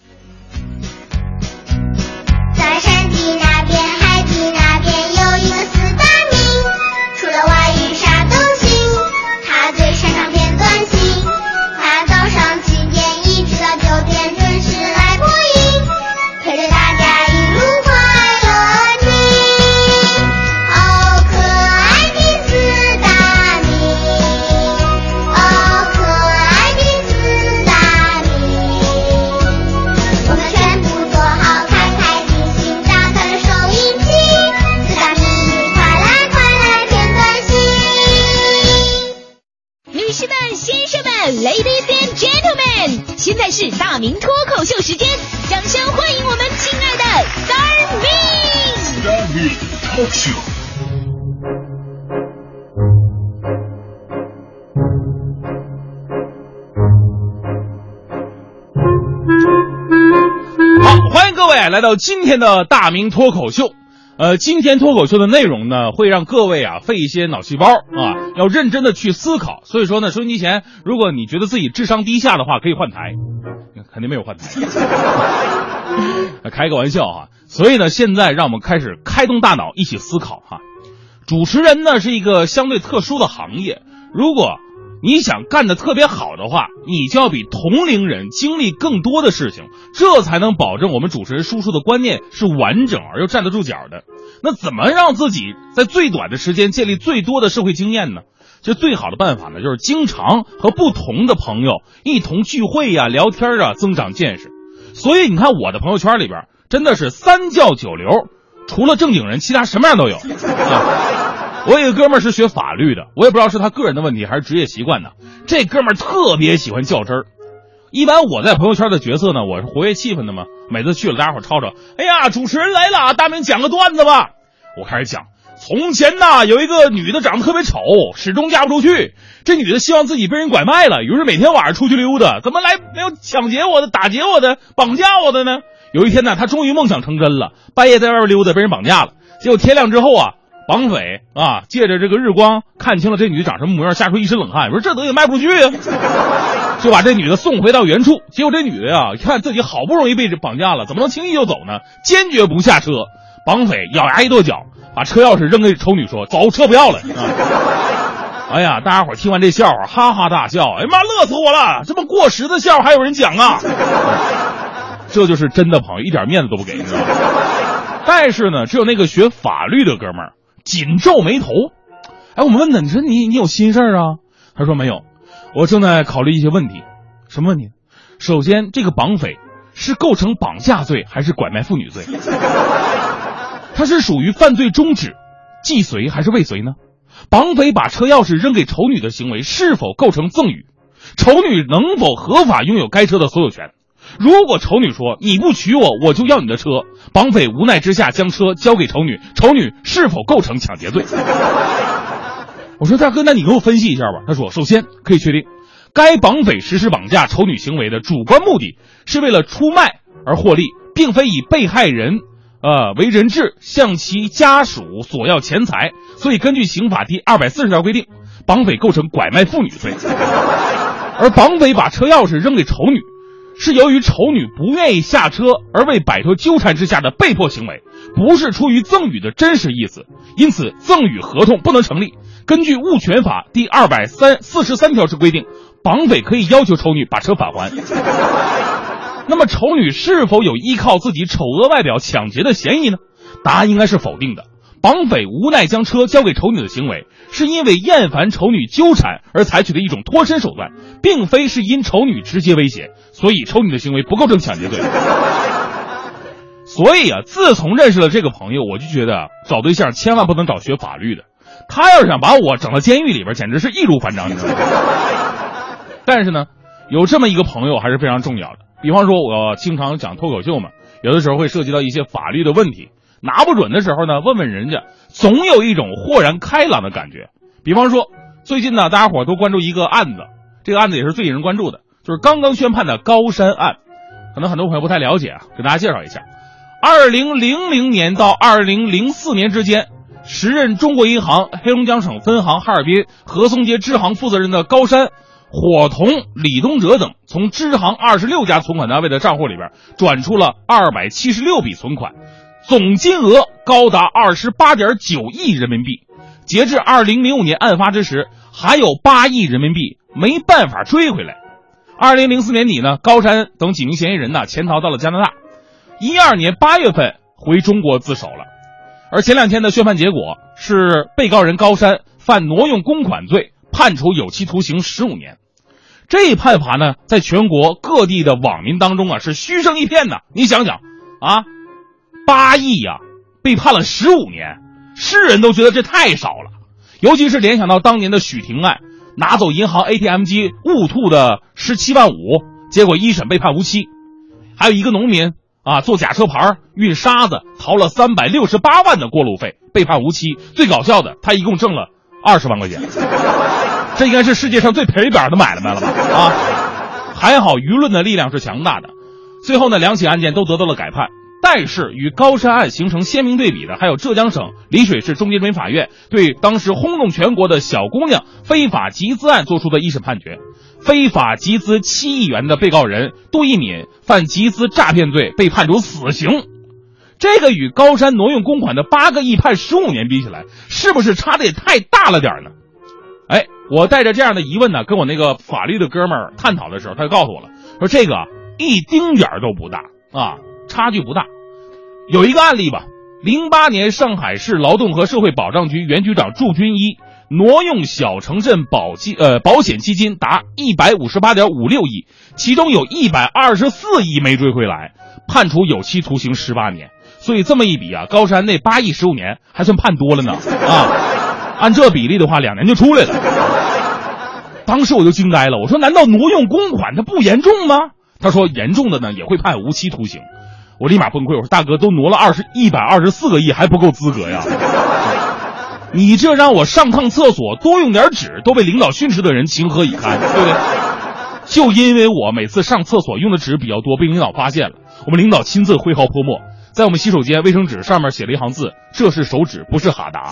在山的那边海的那边有一个四大名，除了外语啥都行，他最擅长片短信， 现在是大明脱口秀时间，掌声欢迎我们亲爱的大明。 大明脱秀。 好，欢迎各位来到今天的大明脱口秀。今天脱口秀的内容呢，会让各位费一些脑细胞啊，要认真的去思考。所以说呢，收音机前，如果你觉得自己智商低下的话，可以换台，肯定没有换台，开个玩笑啊。所以呢，现在让我们开始开动大脑，一起思考哈。主持人呢是一个相对特殊的行业，如果你想干得特别好的话，你就要比同龄人经历更多的事情，这才能保证我们主持人输出的观念是完整而又站得住脚的。那怎么让自己在最短的时间建立最多的社会经验呢？这最好的办法呢，就是经常和不同的朋友一同聚会呀、聊天啊，增长见识。所以你看我的朋友圈里边真的是三教九流，除了正经人，其他什么样都有我有一个哥们儿是学法律的，我也不知道是他个人的问题还是职业习惯呢。这哥们儿特别喜欢较真儿。一般我在朋友圈的角色呢，我是活跃气氛的嘛。每次去了，大家伙吵吵，哎呀，主持人来了，大明讲个段子吧。我开始讲，从前呐，有一个女的长得特别丑，始终嫁不出去。这女的希望自己被人拐卖了，于是每天晚上出去溜达，怎么来没有抢劫我的、打劫我的、绑架我的呢？有一天呢，她终于梦想成真了，半夜在外边溜达，被人绑架了。结果天亮之后绑匪借着这个日光看清了这女的长什么模样，吓出一身冷汗，说这东西卖不出去就把这女的送回到原处。结果这女的看自己好不容易被绑架了，怎么能轻易就走呢？坚决不下车。绑匪咬牙一跺脚，把车钥匙扔给丑女，说走，车不要了哎呀，大家伙听完这笑话哈哈大笑，哎妈，乐死我了，这么过时的笑话还有人讲啊这就是真的朋友，一点面子都不给，你知道吗？但是呢，只有那个学法律的哥们儿紧皱眉头。我们问他，你说你有心事啊？他说没有，我正在考虑一些问题。什么问题？首先，这个绑匪是构成绑架罪还是拐卖妇女罪？他是属于犯罪中止、既遂还是未遂呢？绑匪把车钥匙扔给丑女的行为是否构成赠与？丑女能否合法拥有该车的所有权？如果丑女说你不娶我，我就要你的车，绑匪无奈之下将车交给丑女，丑女是否构成抢劫罪？我说大哥，那你给我分析一下吧。他说，首先可以确定，该绑匪实施绑架丑女行为的主观目的是为了出卖而获利，并非以被害人为人质向其家属索要钱财，所以根据刑法第240条规定，绑匪构成拐卖妇女罪。而绑匪把车钥匙扔给丑女，是由于丑女不愿意下车而为摆脱纠缠之下的被迫行为，不是出于赠与的真实意思，因此赠与合同不能成立。根据物权法第243条之规定，绑匪可以要求丑女把车返还。那么丑女是否有依靠自己丑恶外表抢劫的嫌疑呢？答案应该是否定的。绑匪无奈将车交给丑女的行为，是因为厌烦丑女纠缠而采取的一种脱身手段，并非是因丑女直接威胁，所以丑女的行为不构成抢劫罪。所以自从认识了这个朋友，我就觉得找对象千万不能找学法律的，他要是想把我整到监狱里边，简直是易如反掌，你知道吗？但是呢，有这么一个朋友还是非常重要的。比方说我经常讲脱口秀嘛，有的时候会涉及到一些法律的问题，拿不准的时候呢，问问人家，总有一种豁然开朗的感觉。比方说最近呢，大家伙都关注一个案子，这个案子也是最引人关注的，就是刚刚宣判的高山案。可能很多朋友不太了解给大家介绍一下。2000年到2004年之间，时任中国银行黑龙江省分行哈尔滨和松街支行负责人的高山、伙同、李东哲等，从支行26家存款单位的账户里边转出了276笔存款，总金额高达28.9亿人民币。截至2005年案发之时，还有8亿人民币没办法追回来。2004年底呢，高山等几名嫌疑人潜逃到了加拿大，12年8月份回中国自首了。而前2天的宣判结果是，被告人高山犯挪用公款罪，判处有期徒刑15年。这一判罚呢，在全国各地的网民当中是嘘声一片的。你想想8亿被判了15年，世人都觉得这太少了。尤其是联想到当年的许霆案，拿走银行 ATM 机误吐的17.5万， 结果一审被判无期。还有一个农民啊，坐假车牌运沙子逃了368万的过路费，被判无期。最搞笑的，他一共挣了20万块钱，这应该是世界上最赔本的买卖了吧？啊，还好舆论的力量是强大的。最后呢，2起案件都得到了改判。但是与高山案形成鲜明对比的，还有浙江省丽水市中级人民法院对当时轰动全国的小姑娘非法集资案作出的一审判决。非法集资7亿元的被告人杜一敏犯集资诈骗罪，被判处死刑。这个与高山挪用公款的8个亿判15年比起来，是不是差的也太大了点呢？哎，我带着这样的疑问呢，跟我那个法律的哥们儿探讨的时候，他就告诉我了，说这个一丁点儿都不大啊，差距不大。有一个案例吧，08年上海市劳动和社会保障局原局长祝军一挪用小城镇保险基金达158.56亿，其中有124亿没追回来，判处有期徒刑18年。所以这么一比啊，高山那8亿15年还算判多了呢啊！按这比例的话，2年就出来了。当时我就惊呆了，我说难道挪用公款它不严重吗？他说严重的呢也会判无期徒刑。我立马崩溃，我说大哥，都挪了124个亿还不够资格呀？你这让我上趟厕所多用点纸都被领导训斥的人情何以堪，对不对？就因为我每次上厕所用的纸比较多，被领导发现了，我们领导亲自挥毫泼墨，在我们洗手间卫生纸上面写了一行字，这是手纸不是哈达。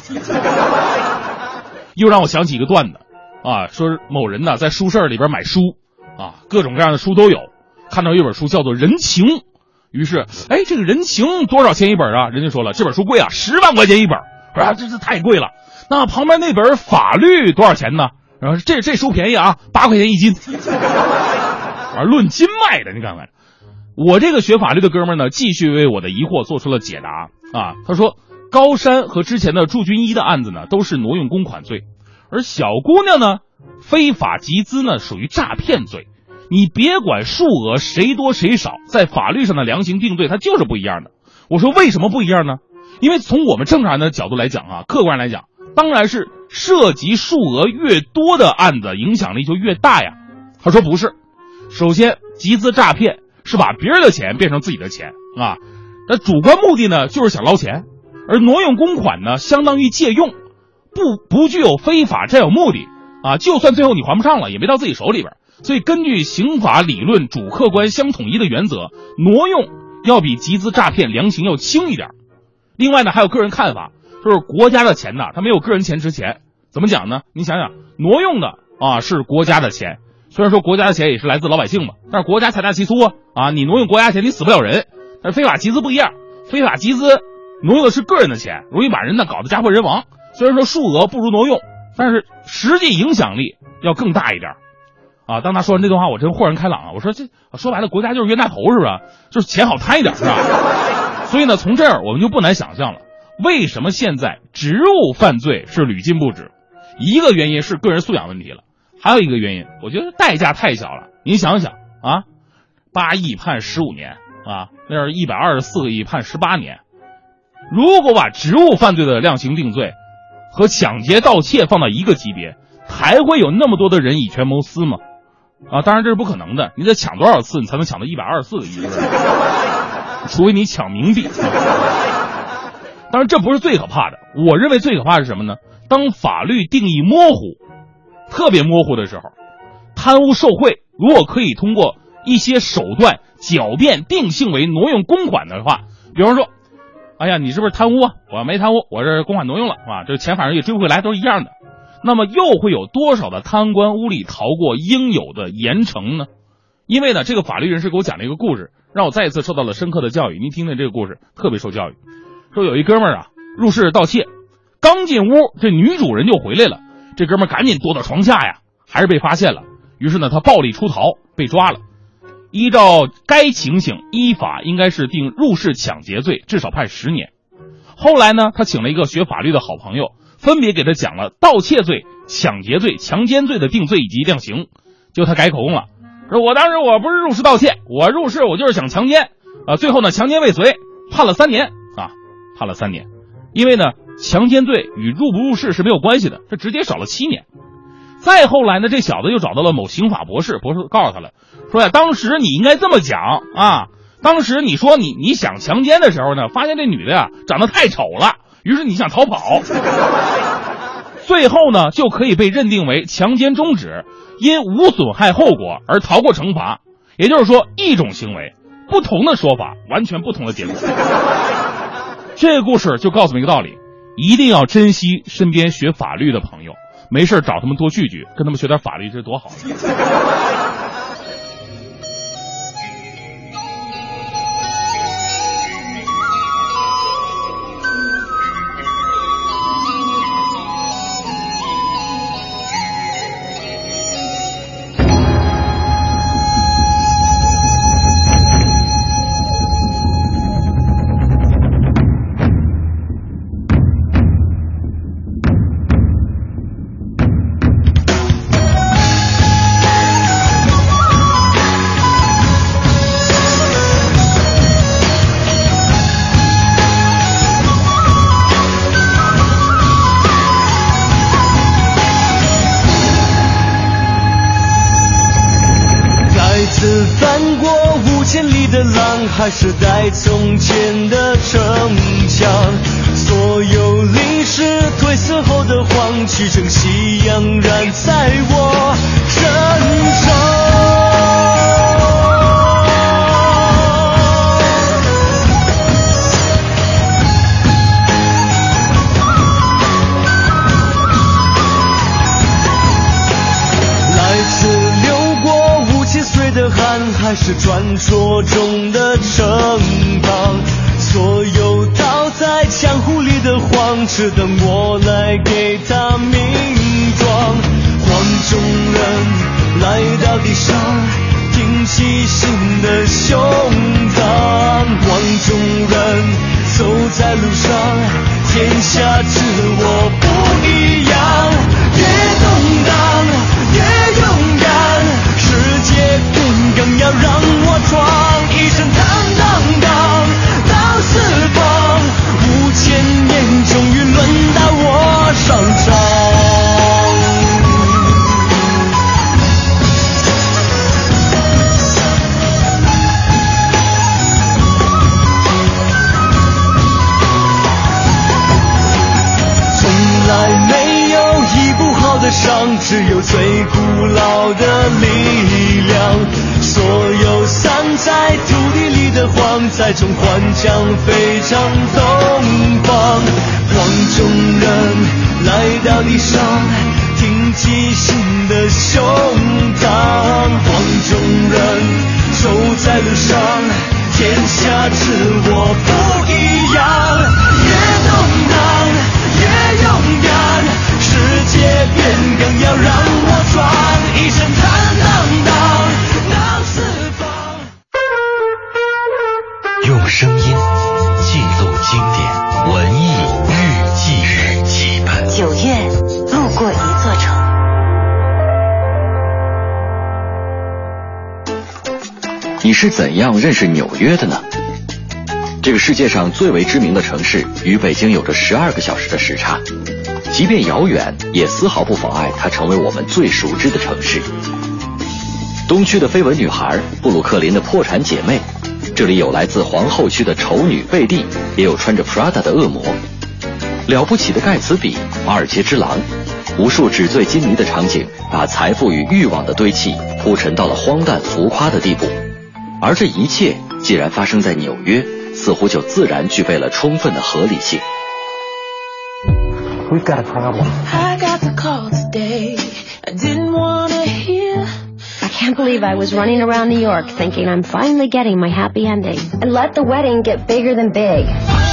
又让我想起一个段子啊，说某人呢在书市里边买书啊，各种各样的书都有，看到一本书叫做《人情》，于是这个人情多少钱一本啊？人家说了，这本书贵啊，10万块钱一本。我说这是太贵了。那旁边那本法律多少钱呢？然后这书便宜啊，8块钱一斤。论斤卖的，你看看。我这个学法律的哥们呢，继续为我的疑惑做出了解答啊。他说，高山和之前的祝军一的案子呢，都是挪用公款罪，而小姑娘呢，非法集资呢，属于诈骗罪。你别管数额谁多谁少，在法律上的量刑定罪，它就是不一样的。我说为什么不一样呢？因为从我们正常的角度来讲啊，客观来讲，当然是涉及数额越多的案子影响力就越大呀。他说不是，首先集资诈骗是把别人的钱变成自己的钱啊，那主观目的呢就是想捞钱，而挪用公款呢相当于借用，不具有非法占有目的啊，就算最后你还不上了也没到自己手里边。所以根据刑法理论主客观相统一的原则，挪用要比集资诈骗量刑要轻一点。另外呢，还有个人看法，就是国家的钱呢，它没有个人钱值钱。怎么讲呢？你想想，挪用的啊是国家的钱，虽然说国家的钱也是来自老百姓嘛，但是国家财大气粗啊，你挪用国家钱你死不了人。但是非法集资不一样，非法集资挪用的是个人的钱，容易把人呢搞得家破人亡。虽然说数额不如挪用，但是实际影响力要更大一点啊。当他说完这段话，我真豁然开朗啊！我说这说白了，国家就是冤大头是吧？就是钱好贪一点是吧？所以呢，从这儿我们就不难想象了，为什么现在职务犯罪是屡禁不止。一个原因是个人素养问题了，还有一个原因，我觉得代价太小了。你想想啊，8亿判15年啊，那是124个亿判18年。如果把职务犯罪的量刑定罪和抢劫盗窃放到一个级别，还会有那么多的人以权谋私吗？啊，当然这是不可能的，你得抢多少次你才能抢到124个亿，是不是？除非你抢冥币。当然这不是最可怕的，我认为最可怕的是什么呢？当法律定义模糊，特别模糊的时候，贪污受贿如果可以通过一些手段狡辩定性为挪用公款的话，比方说，哎呀，你是不是贪污啊？我没贪污，我这公款挪用了啊，这钱反正也追不回来，都是一样的。那么又会有多少的贪官污吏逃过应有的严惩呢？因为呢，这个法律人士给我讲了一个故事，让我再一次受到了深刻的教育。您听听这个故事，特别受教育。说有一哥们儿啊，入室盗窃，刚进屋，这女主人就回来了，这哥们儿赶紧躲到床下呀，还是被发现了。于是呢，他暴力出逃，被抓了。依照该情形，依法应该是定入室抢劫罪，至少判10年。后来呢，他请了一个学法律的好朋友，分别给他讲了盗窃罪、抢劫罪、强奸罪的定罪以及量刑。结果他改口供了，说我当时我不是入室盗窃，我入室我就是想强奸最后呢强奸未遂，判了3年啊，判了3年。因为呢强奸罪与入不入室是没有关系的，这直接少了7年。 再后来呢，这小子又找到了某刑法博士，博士告诉他了，说呀，当时你应该这么讲啊，当时你说你想强奸的时候呢，发现这女的呀长得太丑了，于是你想逃跑，最后呢就可以被认定为强奸终止，因无损害后果而逃过惩罚。也就是说，一种行为，不同的说法，完全不同的结果。这个故事就告诉我们一个道理，一定要珍惜身边学法律的朋友，没事找他们多聚聚，跟他们学点法律，这多好。 还是带从前的城墙，所有历史褪色后的黄旗正熙冉染在我身上。来自流过5000岁的汗，还是传说中的城邦，所有倒在江湖里的黄，只等我来给他名状。黄种人来到地上，挺起新的胸膛。黄种人走在路上，天下之我不一样。越动荡越勇敢，世界变更要让我闯，一身坦荡荡到四方，5000年终于轮到我上场。从来没有医不好的伤，只有最古老的力量。所有散在土地里的黄，在中环将非常东方。黄种人来到地上，挺起新的胸膛。黄种人走在路上，天下之我不一样。越动荡越勇敢，世界变更要让我闯，一身坦荡荡到四方。 用声音记录经典文艺日记本。 9月路过一座城。 你是怎样认识纽约的呢？这个世界上最为知名的城市与北京有着12个小时的时差，即便遥远，也丝毫不妨碍它成为我们最熟知的城市。东区的绯闻女孩，布鲁克林的破产姐妹，这里有来自皇后区的丑女贝蒂，也有穿着 Prada 的恶魔，了不起的盖茨比，华尔街之狼，无数纸醉金迷的场景，把财富与欲望的堆砌铺陈到了荒诞浮夸的地步。而这一切既然发生在纽约，似乎就自然具备了充分的合理性。 We've got a problem. I got the call today. I didn't want to hear. I can't believe I was running around New York thinking I'm finally getting my happy ending. And let the wedding get bigger than big.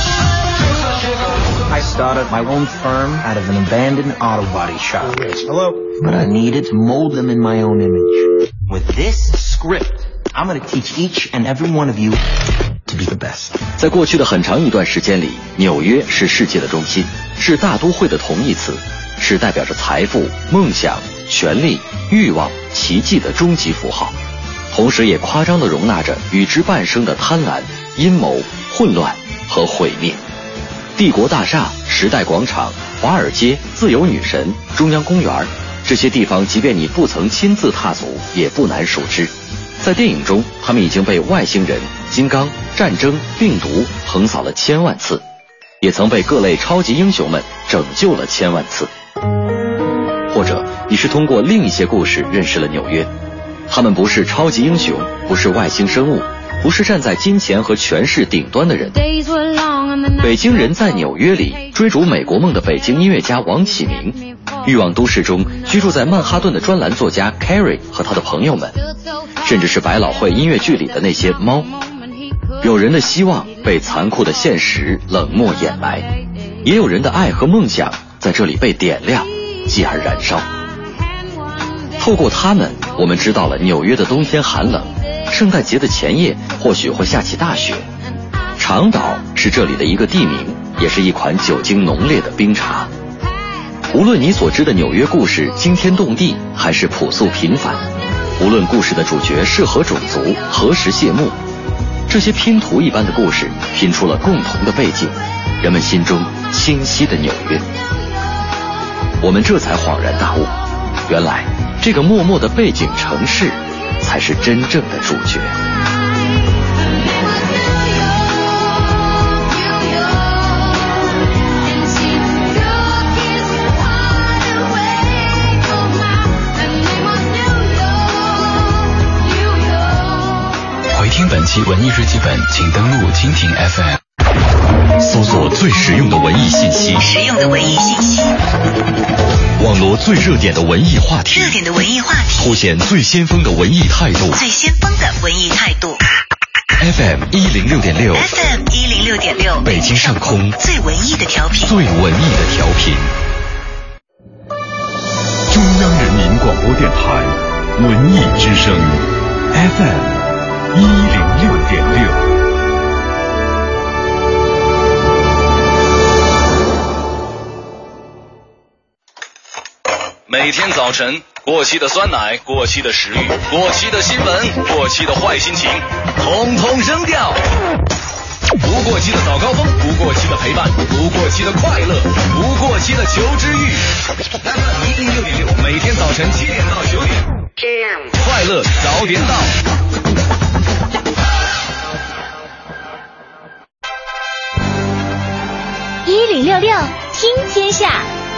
I started my own firm out of an abandoned auto body shop. Hello. But I needed to mold them in my own image. With this script, I'm going to teach each and every one of you to be the best. 在过去的很长一段时间里，纽约是世界的中心，是大都会的同义词，是代表着财富、梦想、权力、欲望、奇迹的终极符号，同时也夸张地容纳着与之伴生的贪婪、阴谋、混乱和毁灭。帝国大厦、时代广场、华尔街、自由女神、中央公园， 这些地方即便你不曾亲自踏足，也不难熟知。在电影中，他们已经被外星人、金刚、战争、病毒横扫了千万次，也曾被各类超级英雄们拯救了千万次。或者你是通过另一些故事认识了纽约，他们不是超级英雄，不是外星生物，不是站在金钱和权势顶端的人。北京人在纽约里追逐美国梦的北京音乐家王启明，欲望都市中居住在曼哈顿的专栏作家 Carrie 和他的朋友们，甚至是百老汇音乐剧里的那些猫。有人的希望被残酷的现实冷漠掩埋，也有人的爱和梦想在这里被点亮，继而燃烧。透过他们，我们知道了纽约的冬天寒冷，圣诞节的前夜或许会下起大雪。长岛是这里的一个地名，也是一款酒精浓烈的冰茶。无论你所知的纽约故事惊天动地，还是朴素平凡，无论故事的主角是何种族，何时谢幕，这些拼图一般的故事拼出了共同的背景，人们心中清晰的纽约。我们这才恍然大悟，原来这个默默的背景城市才是真正的主角。 回听本期文艺日记本，请登录蜻蜓 FM， 搜索最实用的文艺信息，网络最热点的文艺话题，凸显最先锋的文艺态度。FM 106.6，北京上空最文艺的调频。中央人民广播电台文艺之声 FM 106.6。每天早晨，过期的酸奶，过期的食欲，过期的新闻，过期的坏心情，统统扔掉。不过期的早高峰，不过期的陪伴，不过期的快乐，不过期的求知欲。106.6，每天早晨7点到9点，快乐早点到。 1066听天下。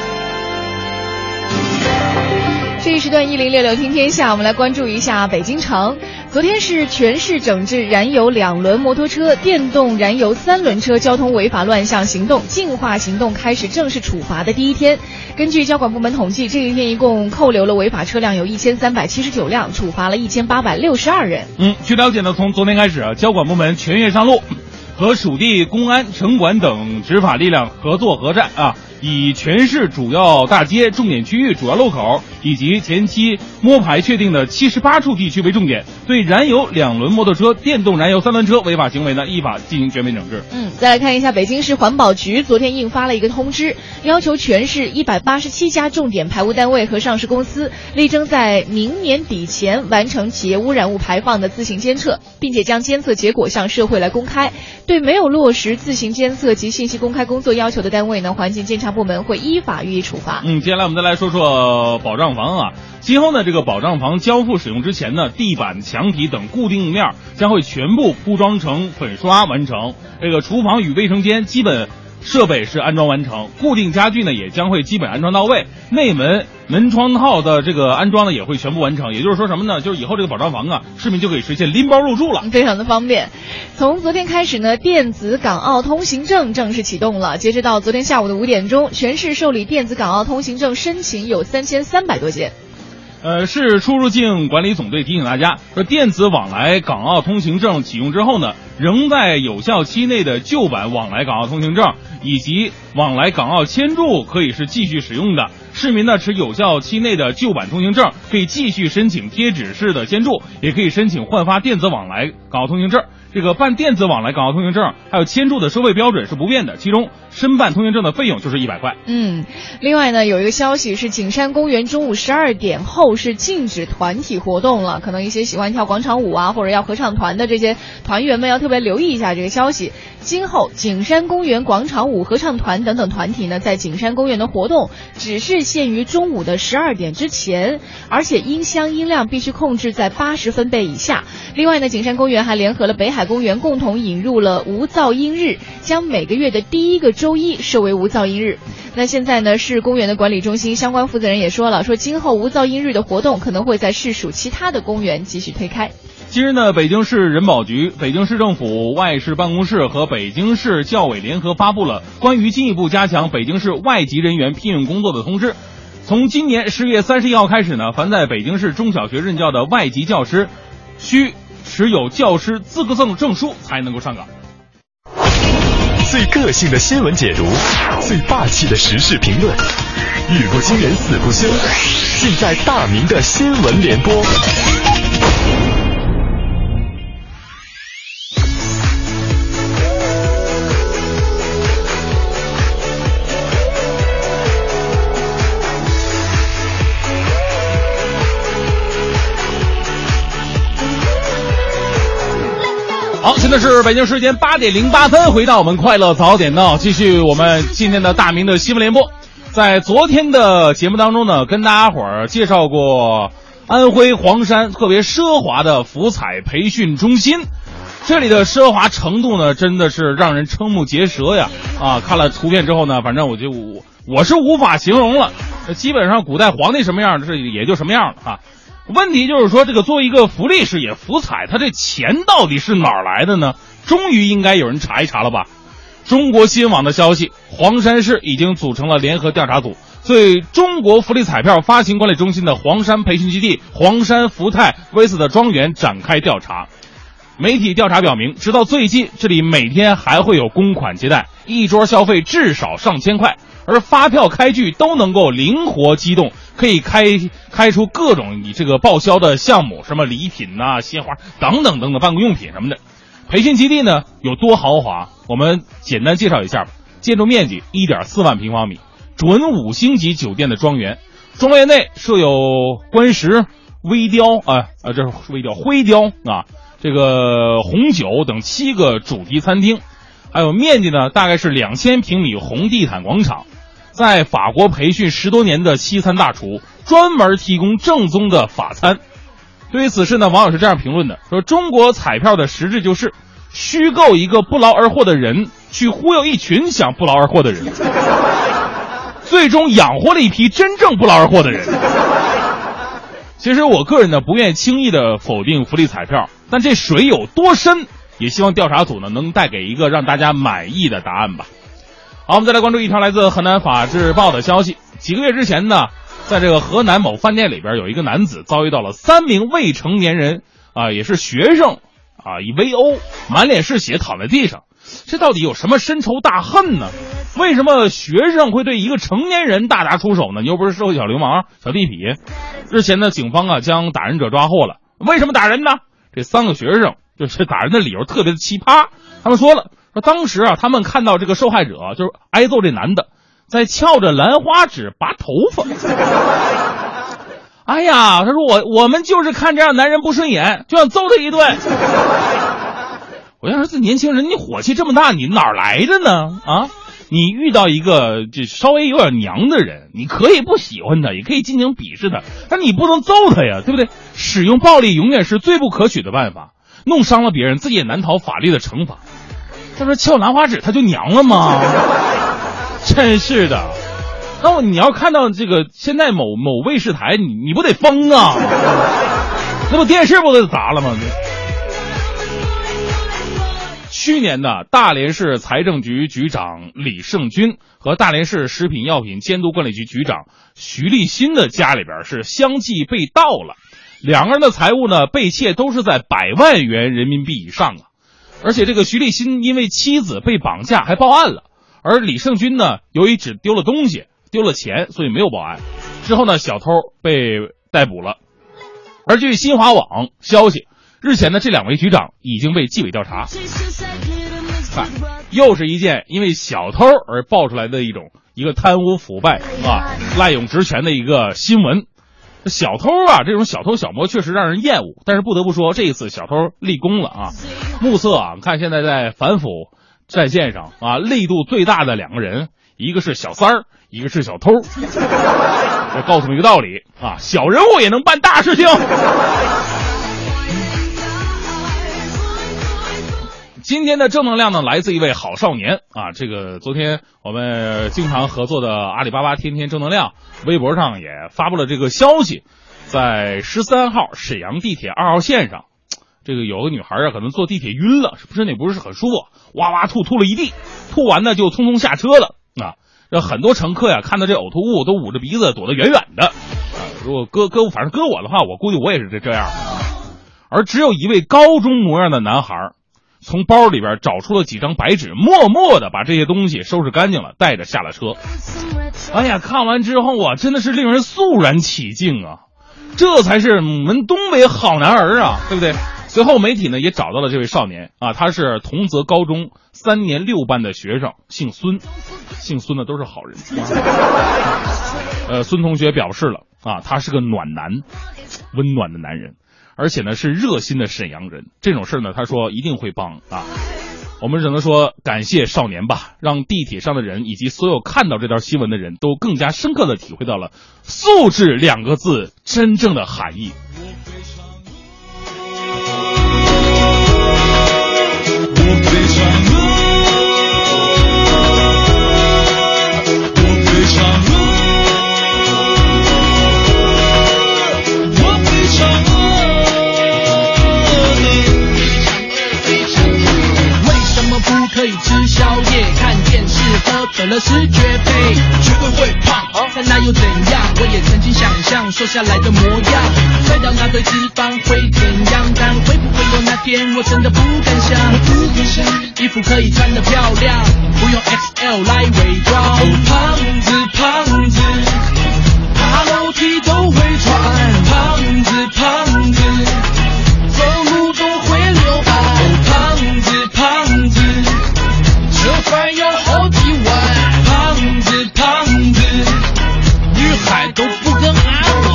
这一时段1066听天下，我们来关注一下北京城。昨天是全市整治燃油2轮摩托车、电动燃油3轮车交通违法乱象行动净化行动开始正式处罚的第一天。根据交管部门统计，这一天一共扣留了违法车辆有1379辆，处罚了1862人。 据了解呢，从昨天开始，交管部门全员上路，和属地公安、城管等执法力量合作核战以全市主要大街、重点区域、主要路口以及前期摸排确定的78处地区为重点，对燃油2轮摩托车、电动燃油3轮车违法行为呢依法进行全面整治。 再来看一下北京市环保局昨天印发了一个通知，要求全市187家重点排污单位和上市公司力争在明年底前完成企业污染物排放的自行监测，并且将监测结果向社会来公开。对没有落实自行监测及信息公开工作要求的单位呢，环境监察部门会依法予以处罚。 接下来我们再来说说保障房今后呢，这个保障房交付使用之前呢，地板、墙体等固定面将会全部铺装成粉刷完成。这个厨房与卫生间基本设备是安装完成，固定家具呢也将会基本安装到位，内门、门窗套的这个安装呢也会全部完成。也就是说什么呢？就是以后这个保障房市民就可以实现拎包入住了， 非常的方便。从昨天开始呢，电子港澳通行证正式启动了。截止到昨天下午的5点钟，全市受理电子港澳通行证申请有3300多件。 市出入境管理总队提醒大家说，电子往来港澳通行证启用之后呢，仍在有效期内的旧版往来港澳通行证以及往来港澳签注可以是继续使用的。市民呢持有效期内的旧版通行证可以继续申请贴纸式的签注，也可以申请换发电子往来港澳通行证。 这个办电子往来港澳通行证还有签注的收费标准是不变的，其中申办通行证的费用就是100块。 另外呢，有一个消息是景山公园中午12点后是禁止团体活动了，可能一些喜欢跳广场舞啊或者要合唱团的这些团员们要特别留意一下这个消息。今后景山公园广场舞、合唱团等等团体呢，在景山公园的活动只是限于中午的12点之前，而且音箱音量必须控制在80分贝以下。另外呢，景山公园还联合了北海公园，共同引入了无噪音日，将每个月的第1个周一设为无噪音日。那现在呢，市公园的管理中心相关负责人也说了，说今后无噪音日的活动可能会在市属其他的公园继续推开。 今日呢，北京市人保局、北京市政府外事办公室和北京市教委联合发布了关于进一步加强北京市外籍人员聘用工作的通知。从今年10月31号开始呢，凡在北京市中小学任教的外籍教师需持有教师资格证书才能够上岗。 最个性的新闻解读，最霸气的时事评论，语不惊人死不休，尽在大明的新闻联播。 好，现在是北京时间8点08分，回到我们快乐早点到，继续我们今天的大明的新闻联播。在昨天的节目当中呢，跟大家伙儿介绍过安徽黄山特别奢华的福彩培训中心，这里的奢华程度呢，真的是让人瞠目结舌呀！看了图片之后呢，反正我是无法形容了。基本上古代皇帝什么样，这也就什么样了啊。问题就是说，这个作为一个福利事业，福彩它这钱到底是哪儿来的呢？终于应该有人查一查了吧？中国新网的消息，黄山市已经组成了联合调查组，对中国福利彩票发行管理中心的黄山培训基地黄山福泰威斯的庄园展开调查。媒体调查表明，直到最近，这里每天还会有公款接待，一桌消费至少上千块，而发票开具都能够灵活机动，可以开出各种这个报销的项目，什么礼品啊、鲜花等等等等办公用品什么的。培训基地呢有多豪华，我们简单介绍一下吧。建筑面积 1.4 万平方米，准5星级酒店的庄园，庄园内设有观石、微雕这是微雕、灰雕啊，这个红酒等7个主题餐厅，还有面积呢大概是2000平米红地毯广场。在法国培训10多年的西餐大厨，专门提供正宗的法餐。对于此事呢，网友是这样评论的，说中国彩票的实质就是虚构一个不劳而获的人，去忽悠一群想不劳而获的人，最终养活了一批真正不劳而获的人。其实我个人呢不愿意轻易的否定福利彩票，但这水有多深，也希望调查组呢能带给一个让大家满意的答案吧。好，我们再来关注一条来自河南法制报的消息。几个月之前呢，在这个河南某饭店里边，有一个男子遭遇到了3名未成年人也是学生以围殴，满脸是血躺在地上。这到底有什么深仇大恨呢？为什么学生会对一个成年人大打出手呢？你又不是社会小流氓、小地痞。日前呢，警方将打人者抓获了。为什么打人呢？这3个学生就是打人的理由特别的奇葩。他们说了，说当时他们看到这个受害者就是挨揍这男的在翘着兰花指拔头发。哎呀，他说我们就是看这样男人不顺眼，就想揍他一顿。我要说这年轻人，你火气这么大，你哪儿来的呢？你遇到一个这稍微有点娘的人，你可以不喜欢他，也可以进行鄙视他，但你不能揍他呀，对不对？使用暴力永远是最不可取的办法，弄伤了别人，自己也难逃法律的惩罚。他说翘兰花指他就娘了吗？真是的。那你要看到这个现在某卫视台，你不得疯啊？那不电视不得砸了吗？去年呢，大连市财政局局长李胜军和大连市食品药品监督管理局局长徐立新的家里边是相继被盗了，两个人的财物呢被窃都是在100万元人民币以上而且这个徐立新因为妻子被绑架还报案了，而李胜军呢由于只丢了东西丢了钱，所以没有报案。之后呢，小偷被逮捕了。而据新华网消息， 日前呢，这2位局长已经被纪委调查。又是一件因为小偷而爆出来的一个贪污腐败滥用职权的一个新闻。小偷啊，这种小偷小摸确实让人厌恶，但是不得不说，这一次小偷立功了啊！目测啊，看现在在反腐战线上啊，力度最大的2个人，一个是小三儿，一个是小偷。这告诉我们一个道理啊，小人物也能办大事情。今天的正能量呢，来自一位好少年啊！这个昨天我们经常合作的阿里巴巴天天正能量微博上也发布了这个消息，在13号沈阳地铁2号线上，这个有个女孩啊，可能坐地铁晕了，身体不是很舒服，哇哇吐了一地，吐完呢就匆匆下车了啊！很多乘客呀看到这呕吐物都捂着鼻子躲得远远的啊！如果反正搁我的话，我估计我也是这样。而只有一位高中模样的男孩从包里边找出了几张白纸，默默的把这些东西收拾干净了，带着下了车。哎呀，看完之后啊，真的是令人肃然起敬啊！这才是我们东北好男儿啊，对不对？随后媒体呢也找到了这位少年啊，他是同泽高中3年6班的学生，姓孙，姓孙的都是好人。孙同学表示了啊，他是个暖男，温暖的男人。而且呢是热心的沈阳人，这种事呢他说一定会帮啊。我们只能说感谢少年吧，让地铁上的人以及所有看到这条新闻的人都更加深刻的体会到了素质2个字真正的含义。 可以吃宵夜看电视喝可乐是绝配，绝对会胖，但那又怎样？我也曾经想象瘦下来的模样，甩掉那堆脂肪会怎样？但会不会有那天我真的不敢想，衣服可以穿得漂亮，不用 XL 来伪装。胖子胖子爬楼梯都会喘，胖子胖子走路都会流汗，胖子胖子吃饭要好几碗，胖子胖子女孩都不肯安稳。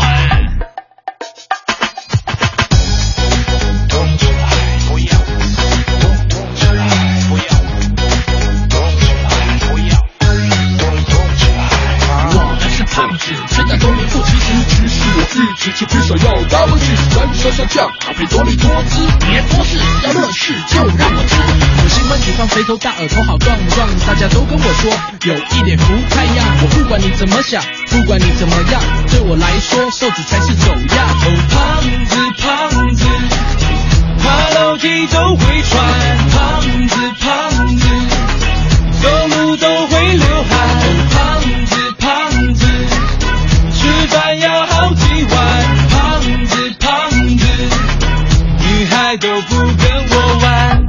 动起来不要，动起来不要，动起来不要，动起来。我们是胖子，现在都没做其实只是我自己，且至少要double G，咱上下降，咖啡多利多姿，别多事，要乐事就让我知。我喜欢女方肥头大耳，头好壮壮，大家都跟我说有一点不太样。我不管你怎么想，不管你怎么样，对我来说瘦子才是走样。胖子胖子爬楼梯都会喘，胖子胖子走路都会流汗，胖子胖子吃饭要好几碗，胖子胖子女孩都不跟我玩。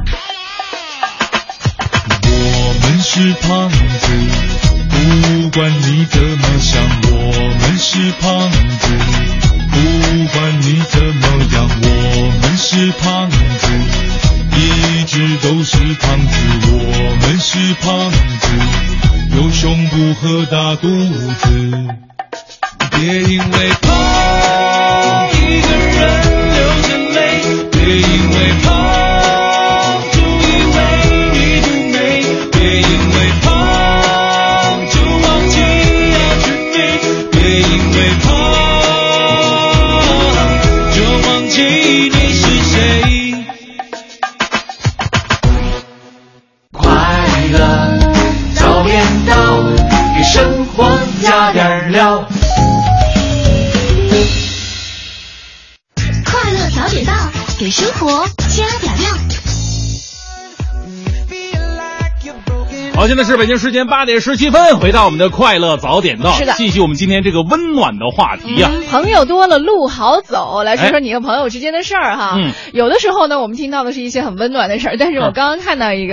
我们是胖子，不管你怎么想，我们是胖子，不管你怎么样，我们是胖子，一直都是胖子，我们是胖子，有胸部和大肚子，别因为胖一个人流着泪，别因为胖就以为你不美，别因为胖就忘记要去美，别因为胖就忘记你是谁。 快乐早点到，给生活加点料。 快乐早点到，给生活加点料。 好，现在是北京时间8点17分，回到我们的快乐早点到， 是的， 继续我们今天这个温暖的话题啊。 朋友多了路好走，来说说你和朋友之间的事儿哈。有的时候呢，我们听到的是一些很温暖的事儿，但是我刚刚看到一个，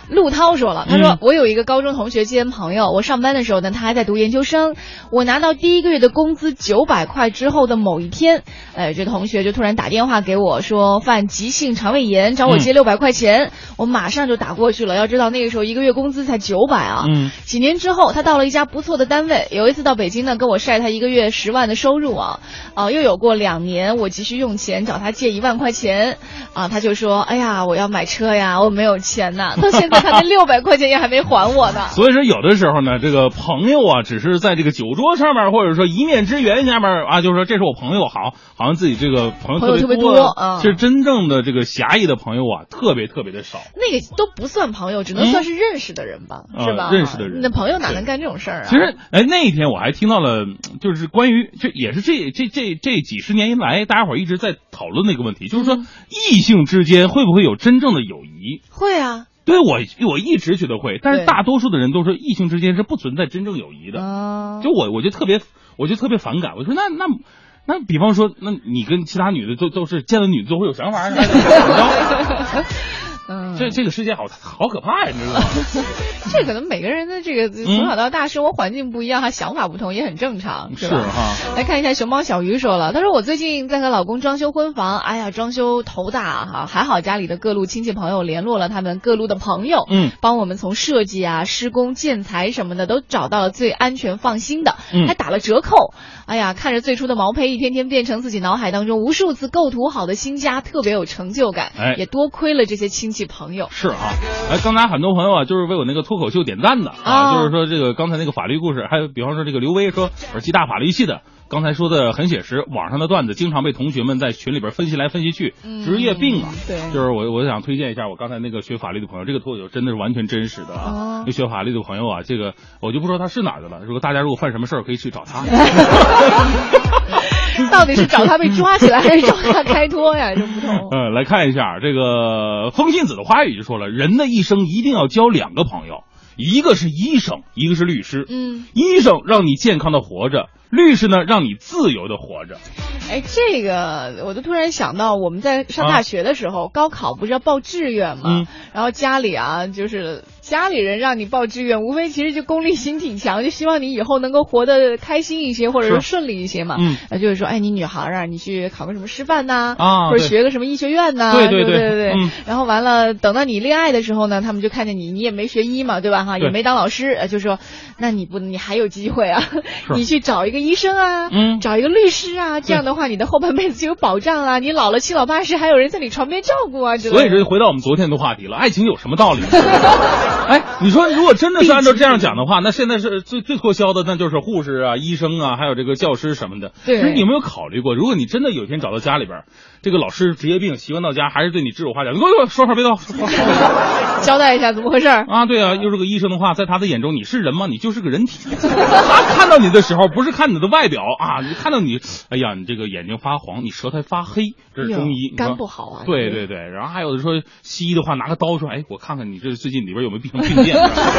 陆涛说了，他说我有一个高中同学兼朋友，我上班的时候呢，他还在读研究生。我拿到第一个月的工资900块之后的某一天，这同学就突然打电话给我说犯急性肠胃炎，找我借600块钱。我马上就打过去了。要知道那个时候一个月工资才900啊。几年之后，他到了一家不错的单位。有一次到北京呢，跟我晒他一个月10万的收入啊。又有过2年，我急需用钱，找他借1万块钱啊，他就说：“哎呀，我要买车呀，我没有钱呐。”到现在他那600块钱也还没还我呢。 所以说，有的时候呢，这个朋友啊，只是在这个酒桌上面，或者说一面之缘下面啊，就是说这是我朋友，好像自己这个朋友特别多啊。其实真正的这个狭义的朋友啊，特别的少。 那个都不算朋友，只能算是认识的人吧，是吧？ 认识的人， 那朋友哪能干这种事儿啊？ 其实，那一天我还听到了，就是关于这也是这几十年来，大家伙一直在讨论的一个问题，就是说异性之间会不会有真正的友谊？ 会啊。 对，我一直觉得会，但是大多数的人都说异性之间是不存在真正友谊的。就我就特别反感。我说那比方说，那你跟其他女的都是见了女的都会有想法啊？这个世界好可怕呀，你知道吗？ 这可能每个人的这个从小到大生活环境不一样，他想法不同也很正常，是吧？是哈。来看一下熊猫小鱼说了，他说我最近在和老公装修婚房，哎呀，装修头大哈，还好家里的各路亲戚朋友联络了他们各路的朋友，帮我们从设计啊、施工、建材什么的都找到了最安全放心的，还打了折扣。哎呀，看着最初的毛坯一天天变成自己脑海当中无数次构图好的新家，特别有成就感。也多亏了这些亲戚朋友。 是啊，刚才很多朋友啊，就是为我那个脱口秀点赞的啊，就是说这个刚才那个法律故事，还有比方说这个刘威说我是暨大法律系的，刚才说的很写实，网上的段子经常被同学们在群里边分析来分析去，职业病啊。 对， 就是我想推荐一下我刚才那个学法律的朋友，这个脱口秀真的是完全真实的啊。学法律的朋友啊，这个我就不说他是哪儿的了，如果大家如果犯什么事儿可以去找他。 到底是找他被抓起来还是找他开脱呀？这不同。 来看一下这个风信子的花语就说了，人的一生一定要交2个朋友，一个是医生，一个是律师。医生让你健康的活着，律师呢让你自由的活着。 这个我就突然想到，我们在上大学的时候，高考不是要报志愿吗？然后家里啊，就是家里人让你报志愿，无非其实就功利心挺强，就希望你以后能够活得开心一些，或者是顺利一些嘛。就是说，你女孩啊，你去考个什么师范呐，或者学个什么医学院呐，对。然后完了，等到你恋爱的时候呢，他们就看见你也没学医嘛，对吧？也没当老师，就说，那你还有机会啊，你去找一个医生啊，找一个律师啊，这样的话你的后半辈子就有保障啊，你老了7老80还有人在你床边照顾啊。 所以这回到我们昨天的话题了，爱情有什么道理？你说如果真的是按照这样讲的话，那现在是最脱销的，那就是护士啊、医生啊，还有这个教师什么的。 对， 可是你有没有考虑过，如果你真的有一天找到家里边，这个老师职业病习惯到家，还是对你指手画脚，你给我说话别动， 交代一下怎么回事啊？ 对啊，又是个医生的话，在他的眼中你是人吗？你就是个人体。他看到你的时候，不是看你的外表啊，你看到你，哎呀，你这个眼睛发黄，你舌苔发黑，这是中医， 肝不好啊。 对。然后还有的说西医的话，拿个刀说，我看看你这最近里边有没有病变。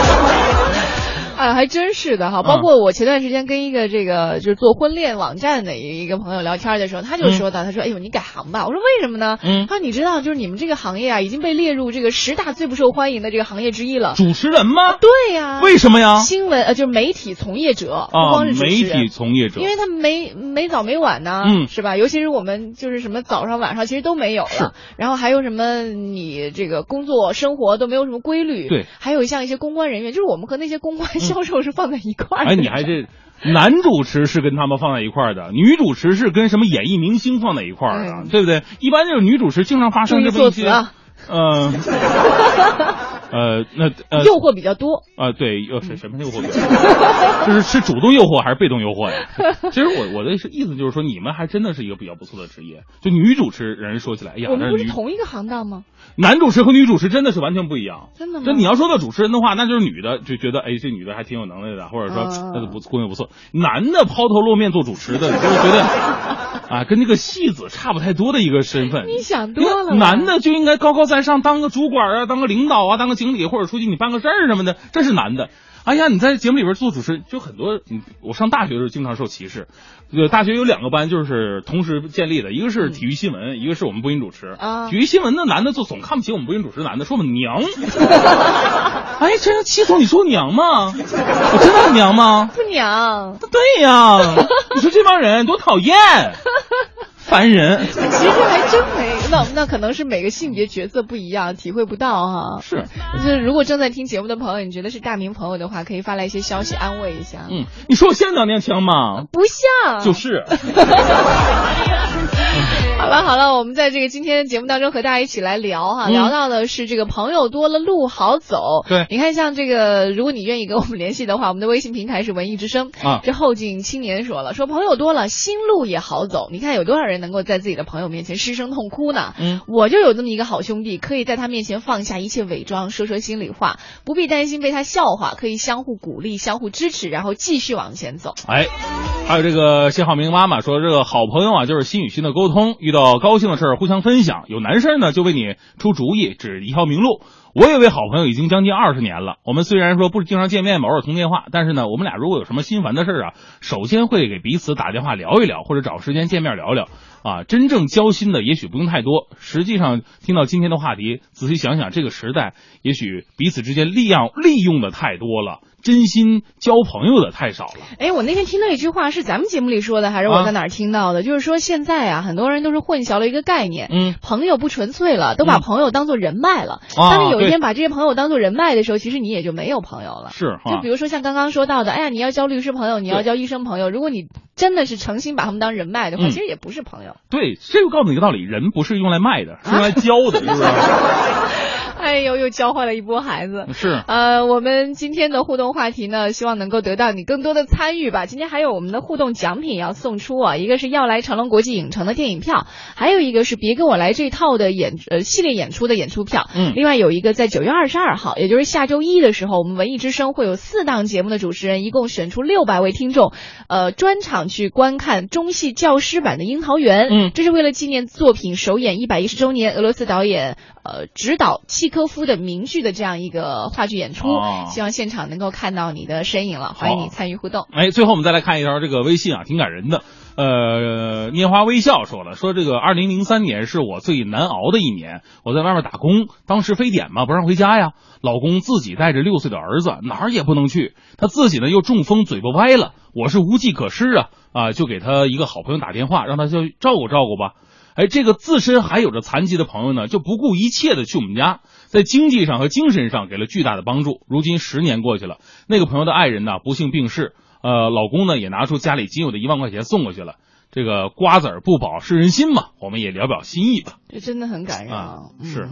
还真是的哈，包括我前段时间跟一个这个就是做婚恋网站的一个朋友聊天的时候，他就说他说你改行吧。我说为什么呢？他说你知道就是你们这个行业啊，已经被列入这个10大最不受欢迎的这个行业之一了。 主持人吗？ 对呀。 为什么呀？ 新闻就是媒体从业者，不光是主持人， 媒体从业者， 因为他没早没晚呢，是吧？尤其是我们就是什么早上晚上其实都没有了，然后还有什么你这个工作生活都没有什么规律， 对， 还有像一些公关人员，就是我们和那些公关销售是放在一块儿的。 你还是男主持是跟他们放在一块儿的，女主持是跟什么演艺明星放在一块儿的，对不对？一般这种女主持经常发生这么一些诱惑比较多对，什么诱惑比较多？就是是主动诱惑还是被动诱惑呀？其实我的意思就是说，你们还真的是一个比较不错的职业。就女主持人说起来， 我们不是同一个行当吗？ 男主持和女主持真的是完全不一样。 真的吗？ 就你要说到主持人的话，那就是女的就觉得这女的还挺有能耐的，或者说工作不错。男的抛头露面做主持的，就是觉得跟那个戏子差不太多的一个身份。 你想多了。 男的就应该高高在上，当个主管啊，当个领导啊，当个经理，或者出去你办个事儿什么的，这是男的。 哎呀，你在节目里边做主持，就很多，我上大学的时候经常受歧视。大学有2个班就是同时建立的，一个是体育新闻，一个是我们播音主持。体育新闻的男的就总看不起我们播音主持男的，说我们娘。哎，真是气死我！你说我娘吗？我真的很娘吗？ 不娘。 对呀，你说这帮人多讨厌。烦人。 其实还真没，那可能是每个性别角色不一样，体会不到哈。 是， 就是如果正在听节目的朋友，你觉得是大明朋友的话，可以发来一些消息安慰一下。 你说我像娘娘腔吗？ 不像。 就是。 好了，我们在这个今天的节目当中和大家一起来聊哈，聊到的是这个朋友多了路好走。 对， 你看像这个，如果你愿意跟我们联系的话，我们的微信平台是文艺之声啊。这后进青年说了，说朋友多了，心路也好走。你看有多少人能够在自己的朋友面前失声痛哭呢？我就有这么一个好兄弟，可以在他面前放下一切伪装，说心里话，不必担心被他笑话，可以相互鼓励，相互支持，然后继续往前走。 哎，还有这个谢浩明妈妈说，这个好朋友啊，就是心与心的沟通，遇到高兴的事儿互相分享，有难事呢就为你出主意，指一条明路。我有位好朋友已经将近20年了，我们虽然说不经常见面，偶尔通电话，但是呢，我们俩如果有什么心烦的事啊，首先会给彼此打电话聊一聊，或者找时间见面聊聊啊。真正交心的也许不用太多，实际上听到今天的话题，仔细想想，这个时代也许彼此之间利用的太多了，真心交朋友的太少了。 哎，我那天听到一句话，是咱们节目里说的，还是我在哪儿听到的？就是说现在啊，很多人都是混淆了一个概念，朋友不纯粹了，都把朋友当做人脉了。当你有一天把这些朋友当做人脉的时候，其实你也就没有朋友了。 是， 就比如说像刚刚说到的，哎呀，你要交律师朋友，你要交医生朋友，如果你真的是诚心把他们当人脉的话，其实也不是朋友。 对，这就告诉你一个道理，人不是用来卖的，是用来交的，是不是？ 哎呦，又教坏了一波孩子。 是， 我们今天的互动话题呢，希望能够得到你更多的参与吧。今天还有我们的互动奖品要送出啊，一个是要来成龙国际影城的电影票，还有一个是别跟我来这套的系列演出的演出票。另外有一个在9月22号，也就是下周一的时候，我们文艺之声会有4档节目的主持人，一共选出600位听众，专场去观看中戏教师版的樱桃园。这是为了纪念作品首演110周年，俄罗斯导演指导契科夫的名剧的这样一个话剧演出，希望现场能够看到你的身影了，欢迎你参与互动。 哎，最后我们再来看一条这个微信啊，挺感人的。拈花微笑说了，说这个2003年是我最难熬的一年，我在外面打工，当时非典嘛，不让回家呀，老公自己带着6岁的儿子哪儿也不能去，他自己呢又中风嘴巴歪了，我是无计可施啊，就给他一个好朋友打电话，让他就照顾照顾吧。哎，这个自身还有着残疾的朋友呢，就不顾一切的去我们家，在经济上和精神上给了巨大的帮助。如今10年过去了，那个朋友的爱人呢不幸病逝，老公呢也拿出家里仅有的1万块钱送过去了。这个瓜子儿不饱是人心嘛，我们也聊表心意吧。 这真的很感人啊！ 是。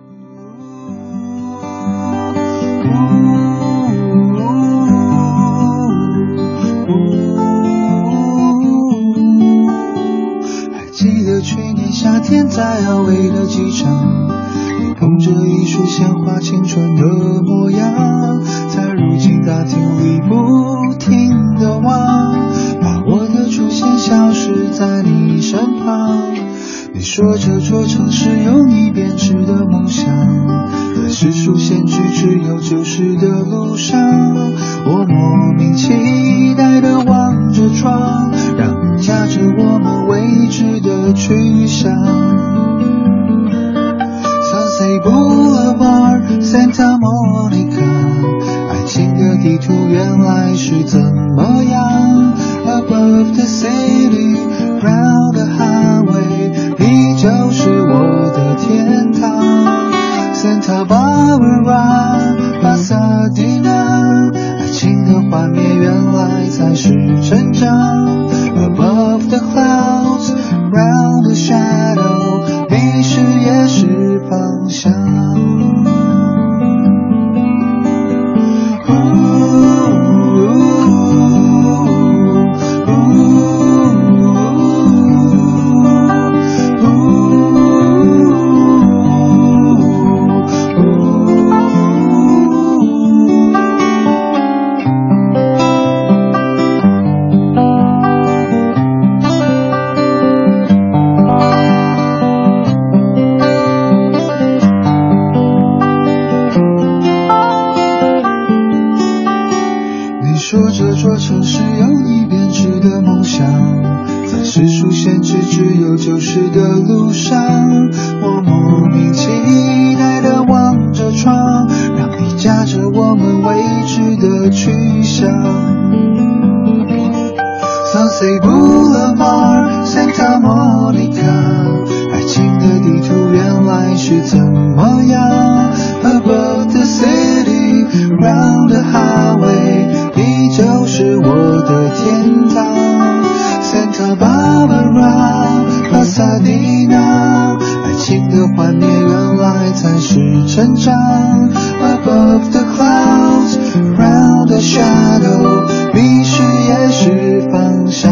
记得去年夏天在阿威的机场，你捧着一束鲜花，青春的模样，在如今大厅里不停地望，把我的出现消失在你身旁。你说这座城市有你编织的梦想，在世俗限制只有90的路上，我莫名期待地望着窗，让夹着我们未知的去向。 Sunset Boulevard Santa Monica， 爱情的地图原来是怎么样 Above the city round the highway， 你就是我的天堂 Santa Barbara Pasadena， 爱情的幻灭原来城市有你编织的梦想，在世俗限制只有90的路上，我莫名期待地望着窗，让你驾着我们未知的去向。Sunset Boulevard Santa Monica， 爱情的地图原来是怎么样， Above the city round the highway， 你就是我的天堂。 Santa Barbara Pasadena， 爱情的幻灭原来才是成长。 Above the clouds round the shadow， 迷失也是方向。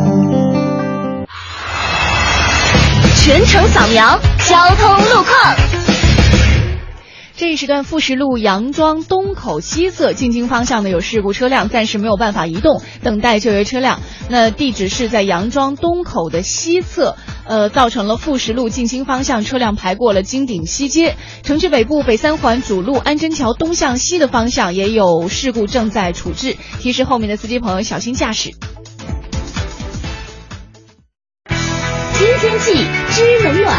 全程扫描交通路况。 这一时段富士路杨庄东口西侧进京方向呢有事故车辆暂时没有办法移动，等待救援车辆。那地址是在杨庄东口的西侧，造成了富士路进京方向车辆排过了金鼎西街。城区北部北三环主路安贞桥东向西的方向也有事故正在处置，提示后面的司机朋友小心驾驶。 听天气知冷暖。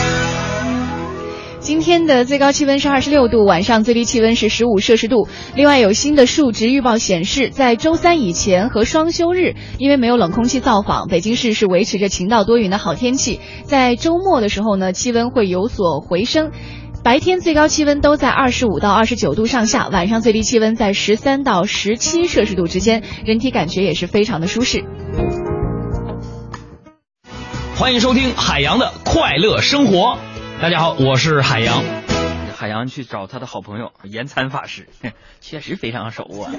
今天的最高气温是26度，晚上最低气温是15摄氏度。另外有新的数值预报显示，在周三以前和双休日，因为没有冷空气造访，北京市是维持着晴到多云的好天气。在周末的时候呢，气温会有所回升，白天最高气温都在25到29度上下，晚上最低气温在13到17摄氏度之间，人体感觉也是非常的舒适。 欢迎收听海洋的快乐生活。大家好，我是海洋。 海洋去找他的好朋友延参法师，确实非常熟啊。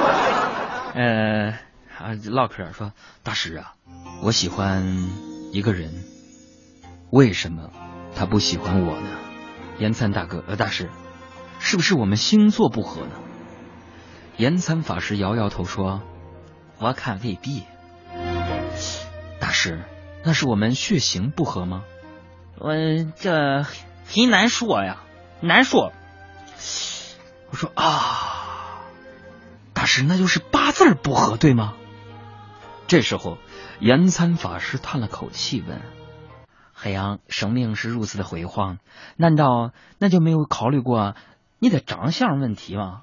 唠嗑说，大师啊，我喜欢一个人，为什么他不喜欢我呢？延参大哥，大师，是不是我们星座不合呢？延参法师摇摇头说，我看未必。大师，那是我们血型不合吗？这很难说呀，难说。我说啊，大师，那就是八字不合对吗？这时候延参法师叹了口气问，海洋，生命是如此的辉煌，难道那就没有考虑过你的长相问题吗？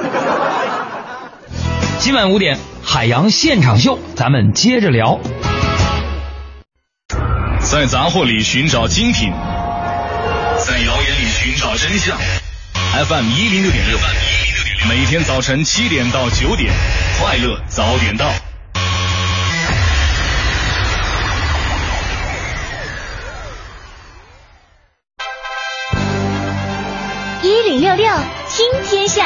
今晚5点海洋现场秀，咱们接着聊。在杂货里寻找精品，在谣言里寻找真相。FM 106.6，每天早晨7点到9点，快乐早点到。 1066听天下。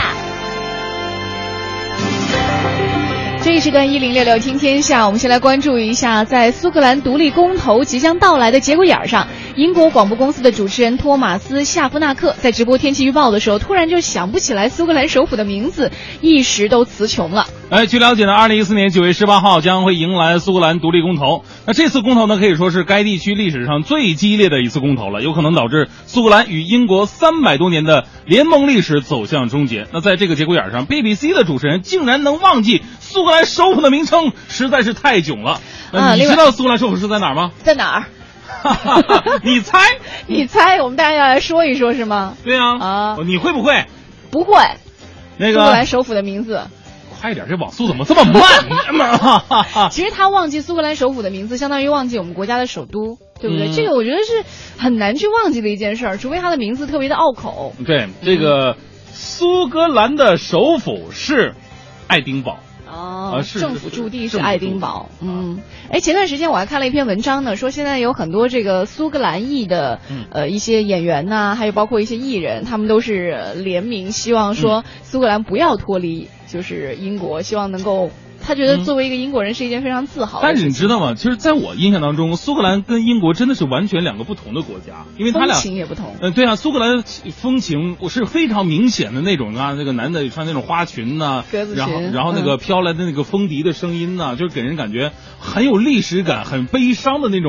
这一时段1066听天下，我们先来关注一下，在苏格兰独立公投即将到来的节骨眼上，英国广播公司的主持人托马斯·夏夫纳克在直播天气预报的时候，突然就想不起来苏格兰首府的名字，一时都词穷了。 据了解呢，2014年9月18号将会迎来苏格兰独立公投。那这次公投呢，可以说是该地区历史上最激烈的一次公投了，有可能导致苏格兰与英国300多年的联盟历史走向终结。那在这个节骨眼上 ，BBC 的主持人竟然能忘记苏格兰首府的名称，实在是太囧了。你知道苏格兰首府是在哪儿吗？ 在哪儿？ 你猜？ 你猜？我们大家要来说一说是吗？ 对啊。你会不会？ 不会。 那个苏格兰首府的名字。 快点，这网速怎么这么慢？ 其实他忘记苏格兰首府的名字，相当于忘记我们国家的首都，对不对？这个我觉得是很难去忘记的一件事儿，除非他的名字特别的拗口。 对，这个苏格兰的首府是爱丁堡。 政府驻地是爱丁堡。前段时间我还看了一篇文章呢，说现在有很多这个苏格兰裔的一些演员呐，还有包括一些艺人，他们都是联名希望说苏格兰不要脱离就是英国，希望能够。他觉得作为一个英国人是一件非常自豪的事情。 但是你知道吗？其实在我印象当中，苏格兰跟英国真的是完全两个不同的国家，因为他俩风情也不同。 对啊，苏格兰风情是非常明显的那种啊，那个男的穿那种花裙呐， 格子裙， 然后那个飘来的那个风笛的声音呐，就是给人感觉很有历史感、很悲伤的那种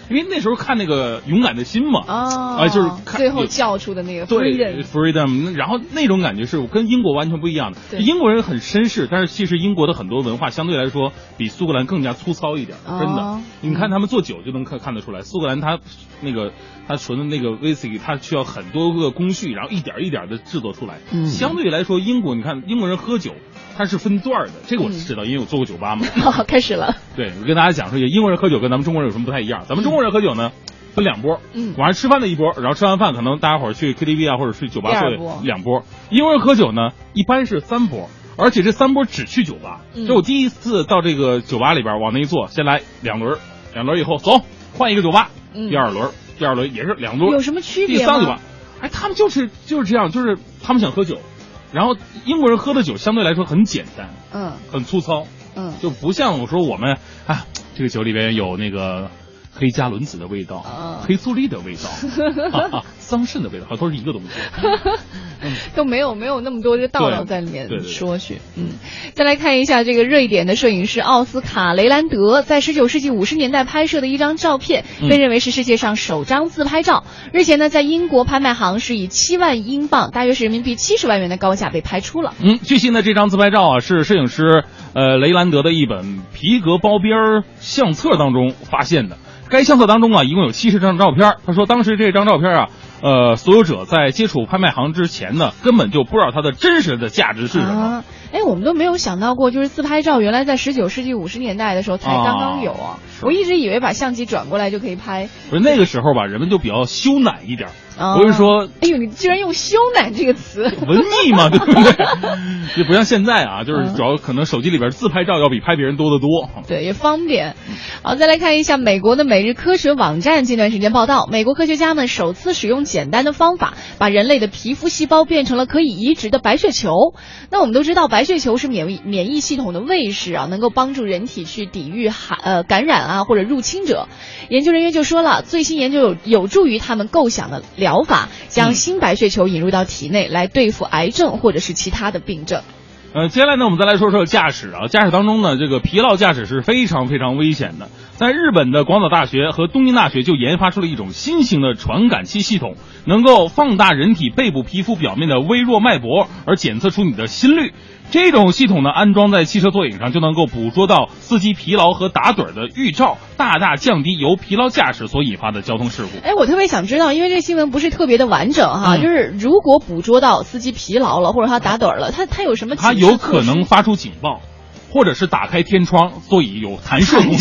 因为那时候看那个勇敢的心嘛，就是看最后叫出的那个对 freedom， 然后那种感觉是跟英国完全不一样的。英国人很绅士，但是其实英国的很多文化相对来说比苏格兰更加粗糙一点，真的。你看他们做酒就能看得出来，苏格兰它纯的那个威士忌，它需要很多个工序，然后一点一点的制作出来。相对来说，英国你看英国人喝酒，它是分段的，这个我知道，因为我做过酒吧嘛。 好，开始了。 对，我跟大家讲说，英国人喝酒跟咱们中国人有什么不太一样？咱们中国人喝酒呢，分2波，晚上吃饭的一波，然后吃完饭可能大家伙儿去 KTV 啊，或者去酒吧做2波。英国人喝酒呢，一般是3波，而且这3波只去酒吧。就我第一次到这个酒吧里边往那一坐，先来2轮，2轮以后走换一个酒吧，第二轮也是2轮， 有什么区别吗？ 第3个酒吧，他们就是这样，就是他们想喝酒，然后英国人喝的酒相对来说很简单，很粗糙，就不像我说我们这个酒里边有那个黑加仑子的味道，黑醋栗的味道，桑葚的味道，好像都是一个东西， 都没有那么多这道道在里面说去。再来看一下这个瑞典的摄影师奥斯卡·雷兰德在19世纪50年代拍摄的一张照片，被认为是世界上首张自拍照。日前呢，在英国拍卖行是以7万英镑，大约是人民币70万元的高价被拍出了。 据悉呢，这张自拍照是摄影师雷兰德的一本皮革包边相册当中发现的。该相册当中一共有70张照片。他说当时这张照片所有者在接触拍卖行之前呢，根本就不知道它的真实的价值是什么。 我们都没有想到过，就是自拍照原来在19世纪50年代的时候才刚刚有我一直以为把相机转过来就可以拍。 不是那个时候吧，人们就比较羞赧一点。我是说， 哎呦，你居然用羞赧这个词， 文艺嘛，对不对？就不像现在就是主要可能手机里边自拍照要比拍别人多得多。 对，也方便。好，再来看一下美国的每日科学网站近段时间报道，美国科学家们首次使用简单的方法，把人类的皮肤细胞变成了可以移植的白血球。那我们都知道，白血球是免疫系统的卫士能够帮助人体去抵御感染或者入侵者。研究人员就说了，最新研究有助于他们构想的疗法，将新白血球引入到体内来对付癌症或者是其他的病症。 接下来呢，我们再来说说驾驶驾驶当中呢，这个疲劳驾驶是非常非常危险的。在日本的广岛大学和东京大学就研发出了一种新型的传感器系统，能够放大人体背部皮肤表面的微弱脉搏，而检测出你的心率。这种系统呢，安装在汽车座椅上，就能够捕捉到司机疲劳和打盹的预兆，大大降低由疲劳驾驶所引发的交通事故。 我特别想知道，因为这新闻不是特别的完整就是如果捕捉到司机疲劳了或者他打盹了，他有什么？ 他有可能发出警报，或者是打开天窗，座椅有弹射功能。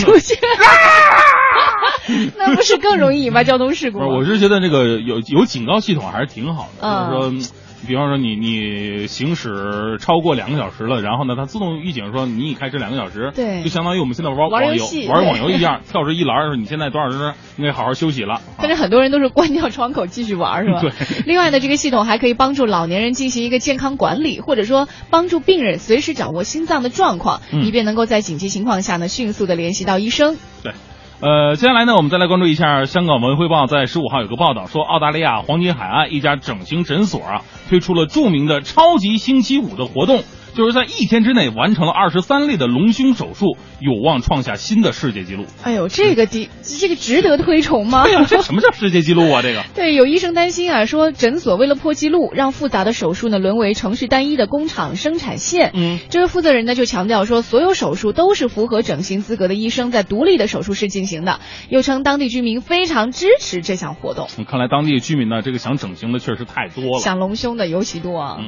那不是更容易引发交通事故吗？ 我是觉得这个有警告系统还是挺好的，就是说。比方说你行驶超过2个小时了，然后呢，它自动预警说你已开车2个小时， 对， 就相当于我们现在玩网游一样，跳着一栏说你现在多少时应该好好休息了。 但是很多人都是关掉窗口继续玩，是吧？ 对。 另外呢，这个系统还可以帮助老年人进行一个健康管理，或者说帮助病人随时掌握心脏的状况，以便能够在紧急情况下呢迅速的联系到医生。 对。接下来呢，我们再来关注一下香港文汇报在15号有个报道说，澳大利亚黄金海岸一家整形诊所推出了著名的超级星期五的活动，就是在1天之内完成了23例的隆胸手术，有望创下新的世界纪录。 哎呦，这个值得推崇吗？ 对呀，这什么叫世界纪录这个？ 对，有医生担心说诊所为了破纪录，让复杂的手术呢沦为程序单一的工厂生产线。这位负责人呢就强调说，所有手术都是符合整形资格的医生在独立的手术室进行的，又称当地居民非常支持这项活动。 看来当地居民呢，这个想整形的确实太多了， 想隆胸的尤其多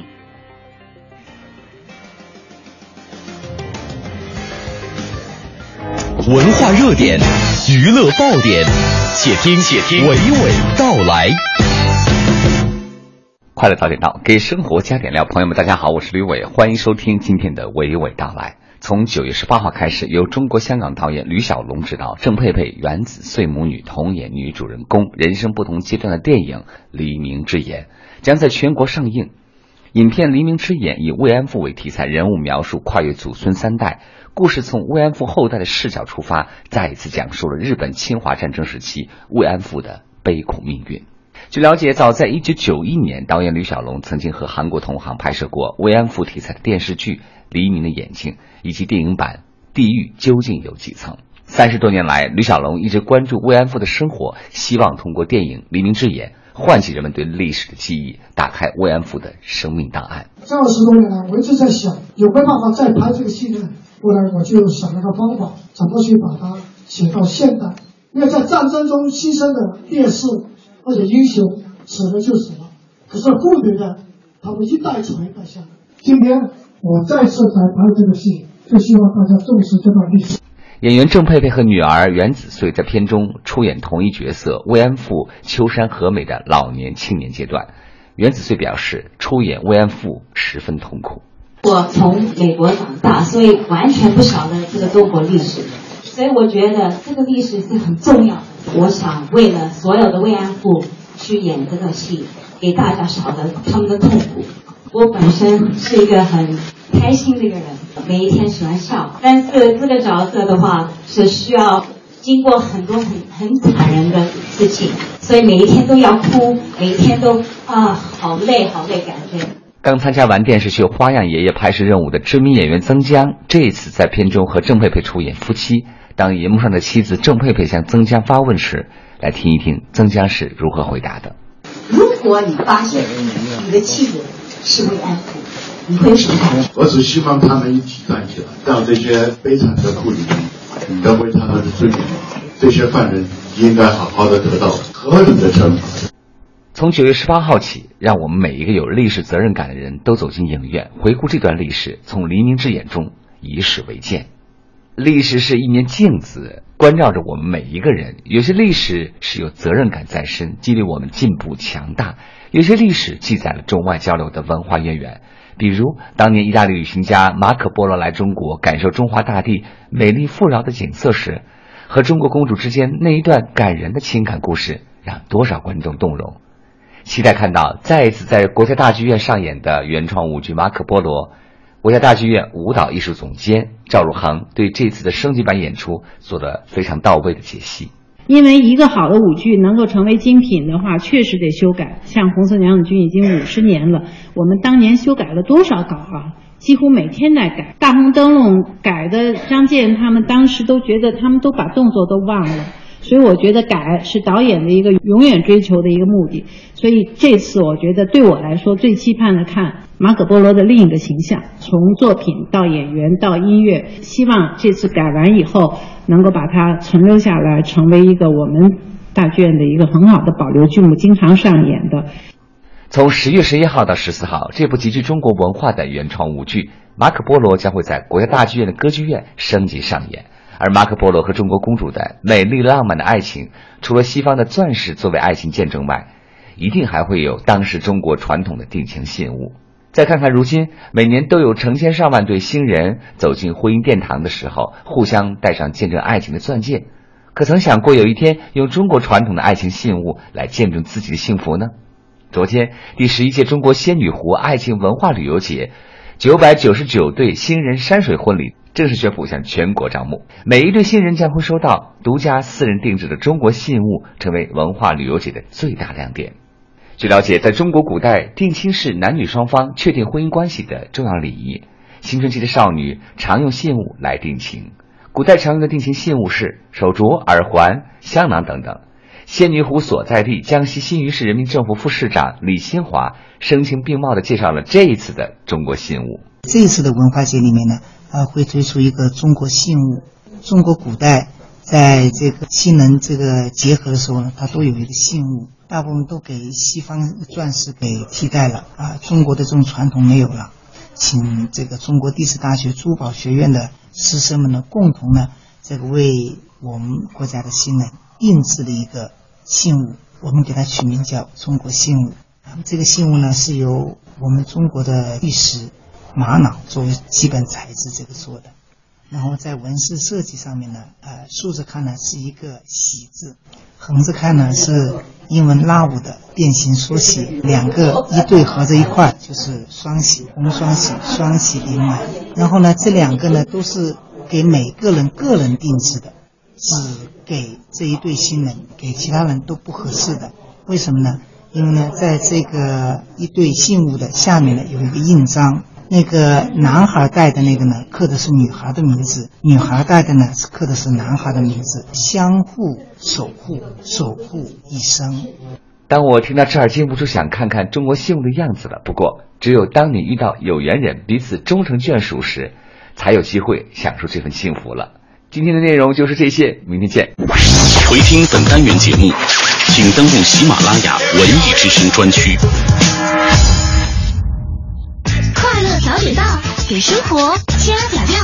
文化热点，娱乐爆点，且听娓娓道来。 快乐早点到，给生活加点料。朋友们大家好，我是吕伟，欢迎收听今天的娓娓道来。从9月18号开始，由中国香港导演吕小龙执导，郑佩佩、袁子穗母女同演女主人公人生不同阶段的电影《黎明之眼》将在全国上映。影片《黎明之眼》以慰安妇为题材，人物描述跨越祖孙3代，故事从慰安妇后代的视角出发，再一次讲述了日本侵华战争时期慰安妇的悲苦命运。据了解，早在1991年，导演吕小龙曾经和韩国同行拍摄过慰安妇题材的电视剧《黎明的眼睛》以及电影版《地狱究竟有几层》。 30多年来，吕小龙一直关注慰安妇的生活，希望通过电影《黎明之眼》唤起人们对历史的记忆，打开慰安妇的生命档案。 这20多年来，我一直在想，有没有办法再拍这个戏呢？后来我就想了个方法，怎么去把它写到现代。因为在战争中牺牲的烈士或者英雄死了就死了，可是妇女的他们一代传一代下来。今天我再次来拍这个戏，就希望大家重视这段历史。 演员郑佩佩和女儿袁子穗在片中出演同一角色慰安妇秋山和美的老年青年阶段。袁子穗表示，出演慰安妇十分痛苦。 我从美国长大，所以完全不晓得这个中国历史，所以我觉得这个历史是很重要的。我想为了所有的慰安妇去演这个戏，给大家晓得他们的痛苦。我本身是一个很开心的一个人，每一天喜欢笑，但是这个角色的话是需要经过很多很惨人的事情，所以每一天都要哭，每一天都好累感觉。 刚参加完电视秀《花样爷爷》拍摄任务的知名演员曾江，这一次在片中和郑佩佩出演夫妻。当荧幕上的妻子郑佩佩向曾江发问时，来听一听曾江是如何回答的。 如果你发现你的妻子是慰安妇，你会有什么感觉？ 我只希望他们一起站起来，让这些悲惨的妇女得回他们的尊严。这些犯人应该好好的得到合理的惩罚。 从9月18号起，让我们每一个有历史责任感的人都走进影院，回顾这段历史，从黎明之眼中以史为鉴。历史是一面镜子，关照着我们每一个人。有些历史是有责任感在身，激励我们进步强大；有些历史记载了中外交流的文化渊源。比如当年意大利旅行家马可波罗来中国，感受中华大地美丽富饶的景色时，和中国公主之间那一段感人的情感故事，让多少观众动容。期待看到再一次在国家大剧院上演的原创舞剧《马可波罗》。国家大剧院舞蹈艺术总监赵汝航对这次的升级版演出做了非常到位的解析。 因为一个好的舞剧能够成为精品的话，确实得修改。像《红色娘子军》已经50年了，我们当年修改了多少稿啊？几乎每天在改。大红灯笼改的，张健他们当时都觉得他们都把动作都忘了。所以我觉得改是导演的一个永远追求的一个目的。所以这次我觉得对我来说最期盼的看马可波罗的另一个形象，从作品到演员到音乐，希望这次改完以后能够把它存留下来，成为一个我们大剧院的一个很好的保留剧目，经常上演的。 从10月11号到14号，这部极具中国文化的原创舞剧《马可波罗》将会在国家大剧院的歌剧院升级上演。而马可波罗和中国公主的美丽浪漫的爱情，除了西方的钻石作为爱情见证外，一定还会有当时中国传统的定情信物。再看看如今，每年都有成千上万对新人走进婚姻殿堂的时候，互相戴上见证爱情的钻戒。可曾想过有一天用中国传统的爱情信物来见证自己的幸福呢？昨天第11届中国仙女湖爱情文化旅游节，999对新人山水婚礼正式宣布向全国招募，每一对新人将会收到独家私人定制的中国信物，成为文化旅游节的最大亮点。据了解，在中国古代，定亲是男女双方确定婚姻关系的重要礼仪。青春期的少女常用信物来定情，古代常用的定情信物是手镯、耳环、香囊等等。仙女湖所在地江西新余市人民政府副市长李新华声情并茂地介绍了这一次的中国信物。 这一次的文化节里面呢，会推出一个中国信物。中国古代在这个新人这个结合的时候呢，它都有一个信物，大部分都给西方钻石给替代了中国的这种传统没有了。请这个中国第四大学珠宝学院的师生们呢，共同呢这个为我们国家的新人定制的一个信物，我们给它取名叫中国信物。这个信物呢是由我们中国的玉石玛瑙作为基本材质这个做的，然后在纹饰设计上面呢，竖着看呢是一个喜字，横着看呢是英文 love 的变形缩写，两个一对合在一块就是双喜，红双喜，双喜临门。然后呢这两个呢都是给每个人个人定制的，只给这一对新人，给其他人都不合适的。为什么呢？因为呢在这个一对信物的下面呢有一个印章， 那个男孩戴的那个呢，刻的是女孩的名字，女孩戴的呢刻的是男孩的名字，相互守护，守护一生。 当我听到这儿，禁不住想看看中国信物的样子了。不过，只有当你遇到有缘人，彼此终成眷属时，才有机会享受这份幸福了。今天的内容就是这些，明天见。 回听本单元节目，请登录喜马拉雅文艺之声专区。 快乐早点到，给生活加点料。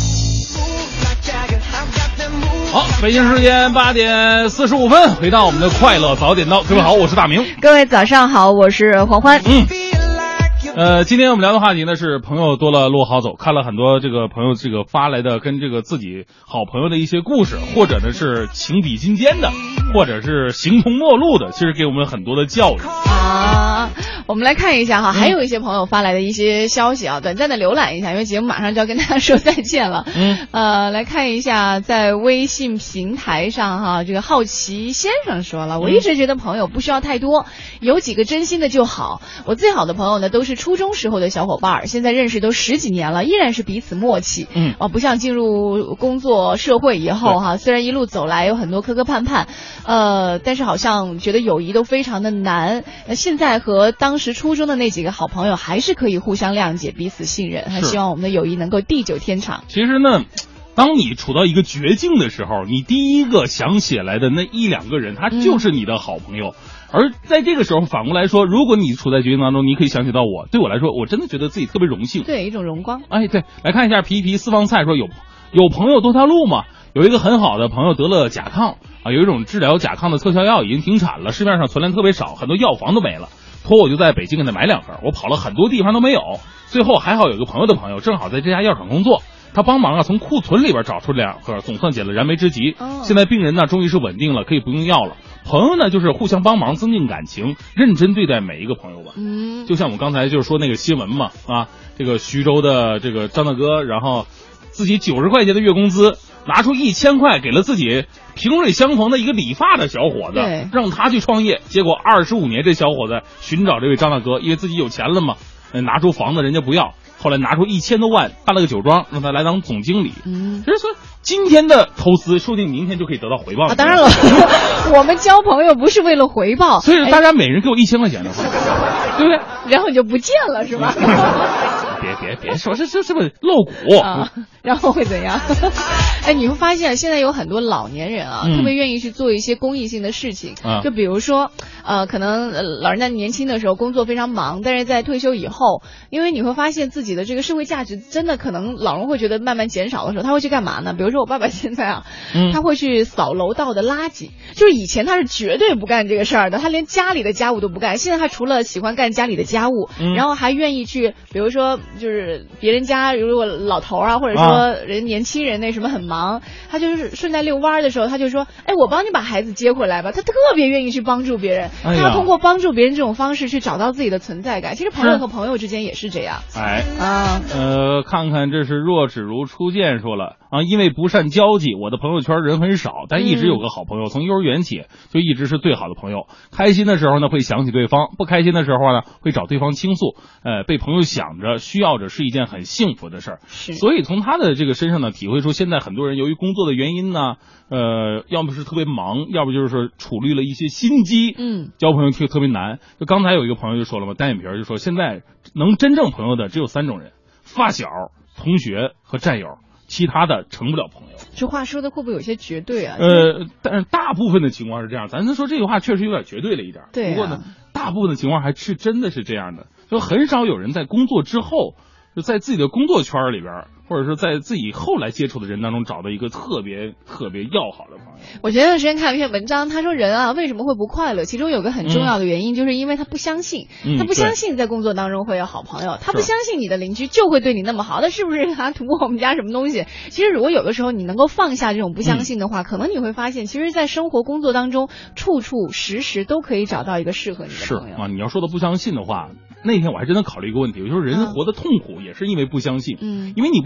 好，北京时间8点45分，回到我们的快乐早点到。各位好，我是大明。 各位早上好，我是黄欢。 今天我们聊的话题呢是朋友多了路好走，看了很多这个朋友这个发来的跟这个自己好朋友的一些故事，或者呢是情比金坚的，或者是形同陌路的，其实给我们很多的教育啊。我们来看一下哈，还有一些朋友发来的一些消息啊，短暂的浏览一下，因为节目马上就要跟大家说再见了。来看一下在微信平台上哈，这个好奇先生说了，我一直觉得朋友不需要太多，有几个真心的就好。我最好的朋友呢都是初中时候的小伙伴，现在认识都10几年了，依然是彼此默契。不像进入工作社会以后哈，虽然一路走来有很多磕磕绊绊，但是好像觉得友谊都非常的难。现在和当时初中的那几个好朋友还是可以互相谅解，彼此信任，还希望我们的友谊能够地久天长。 其实呢，当你处到一个绝境的时候，你第一个想起来的那1、2个人，他就是你的好朋友。而在这个时候反过来说，如果你处在绝境当中，你可以想起到我，对我来说，我真的觉得自己特别荣幸， 对，一种荣光。 哎，对，来看一下皮皮私房菜说有朋友多条路嘛。有一个很好的朋友得了甲亢啊，有一种治疗甲亢的特效药已经停产了，市面上存量特别少，很多药房都没了。托我就在北京给他买2盒，我跑了很多地方都没有，最后还好有个朋友的朋友正好在这家药厂工作，他帮忙从库存里边找出2盒，总算解了燃眉之急。现在病人呢终于是稳定了，可以不用药了。朋友呢就是互相帮忙，增进感情，认真对待每一个朋友吧。就像我们刚才就是说那个新闻嘛，啊，这个徐州的这个张大哥，然后自己90块钱的月工资，拿出1000块给了自己萍水相逢的一个理发的小伙子，让他去创业。结果25年，这小伙子寻找这位张大哥，因为自己有钱了嘛，拿出房子人家不要，后来拿出1000多万办了个酒庄，让他来当总经理。其实说今天的投资，说不定明天就可以得到回报。 当然了，我们交朋友不是为了回报， 所以大家每人给我1000块钱的话，对不对？ 然后你就不见了，是吧？ 别说这是不是露骨啊？然后会怎样？哎，你会发现现在有很多老年人啊，特别愿意去做一些公益性的事情。就比如说，可能老人家年轻的时候工作非常忙，但是在退休以后，因为你会发现自己的这个社会价值真的可能老人会觉得慢慢减少的时候，他会去干嘛呢？比如说我爸爸现在他会去扫楼道的垃圾。就是以前他是绝对不干这个事儿的，他连家里的家务都不干。现在他除了喜欢干家里的家务，然后还愿意去，比如说就是别人家如果老头啊，或者说人年轻人那什么很忙，他就是顺带遛弯的时候，他就说，哎，我帮你把孩子接回来吧。他特别愿意去帮助别人，他通过帮助别人这种方式去找到自己的存在感。其实朋友和朋友之间也是这样。 看看这是若只如初见说了啊，因为不善交际，我的朋友圈人很少，但一直有个好朋友，从幼儿园起就一直是最好的朋友。开心的时候呢会想起对方，不开心的时候呢会找对方倾诉。被朋友想着需要着是一件很幸福的事儿。所以从他的这个身上呢体会出，现在很多人由于工作的原因呢，要么是特别忙，要不就是说处理了一些心机，交朋友特别难。就刚才有一个朋友就说了嘛，单眼皮就说现在能真正朋友的只有3种人：发小、同学和战友，其他的成不了朋友。 这话说的会不会有些绝对啊？ 但是大部分的情况是这样，咱说这句话确实有点绝对了一点。 对， 不过呢，大部分的情况还是真的是这样的，就很少有人在工作之后，就在自己的工作圈里边，或者说在自己后来接触的人当中找到一个特别要好的朋友。 我前段时间看了一篇文章，他说人啊为什么会不快乐，其中有个很重要的原因，就是因为他不相信，他不相信在工作当中会有好朋友，他不相信你的邻居就会对你那么好，那是不是他图我们家什么东西？其实如果有的时候你能够放下这种不相信的话，可能你会发现其实在生活工作当中处处时时都可以找到一个适合你的朋友。 是啊，你要说的不相信的话，那天我还真的考虑一个问题，就是人活得痛苦也是因为不相信。因为你不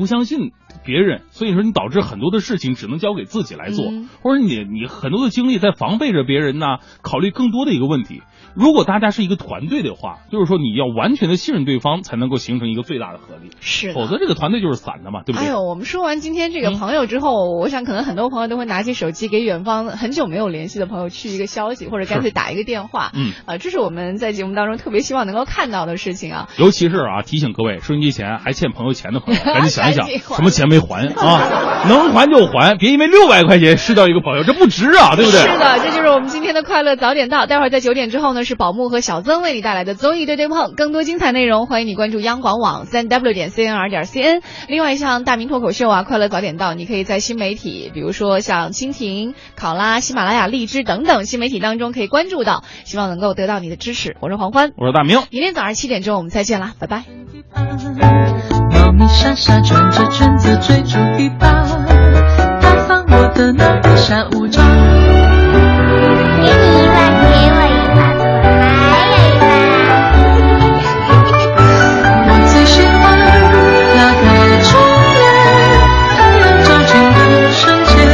相信别人，所以说你导致很多的事情只能交给自己来做，或者你很多的精力在防备着别人呢，考虑更多的一个问题。如果大家是一个团队的话，就是说你要完全的信任对方，才能够形成一个最大的合力。 是， 否则这个团队就是散的嘛，对不对？ 哎呦，我们说完今天这个朋友之后，我想可能很多朋友都会拿起手机给远方很久没有联系的朋友去一个消息，或者干脆打一个电话。这是我们在节目当中特别希望能够看到的事情啊。 尤其是提醒各位收音机前还欠朋友钱的朋友，赶紧想一想什么钱没还啊，能还就还，别因为600块钱失掉一个朋友，这不值啊，对不对？ 是的，这就是我们今天的快乐早点到。待会儿在9点之后呢，是宝木和小曾为你带来的综艺对对碰，更多精彩内容欢迎你关注央广网3w.cnr.cn。另外像大明脱口秀快乐早点到，你可以在新媒体，比如说像蜻蜓、考拉、喜马拉雅、荔枝等等新媒体当中可以关注到，希望能够得到你的支持。我是黄欢， 我是大明， 明天早上7点钟我们再见啦，拜拜。 猫咪莎莎穿着裙子追逐琵琶，它放我的那个下午茶。 给你一把，给我一把，怎么还有一把？ 我最喜欢拉开窗帘，太阳照进的瞬间。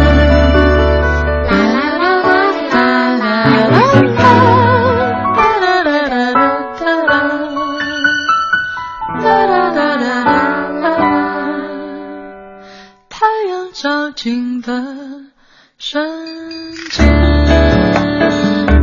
太阳照进的瞬间。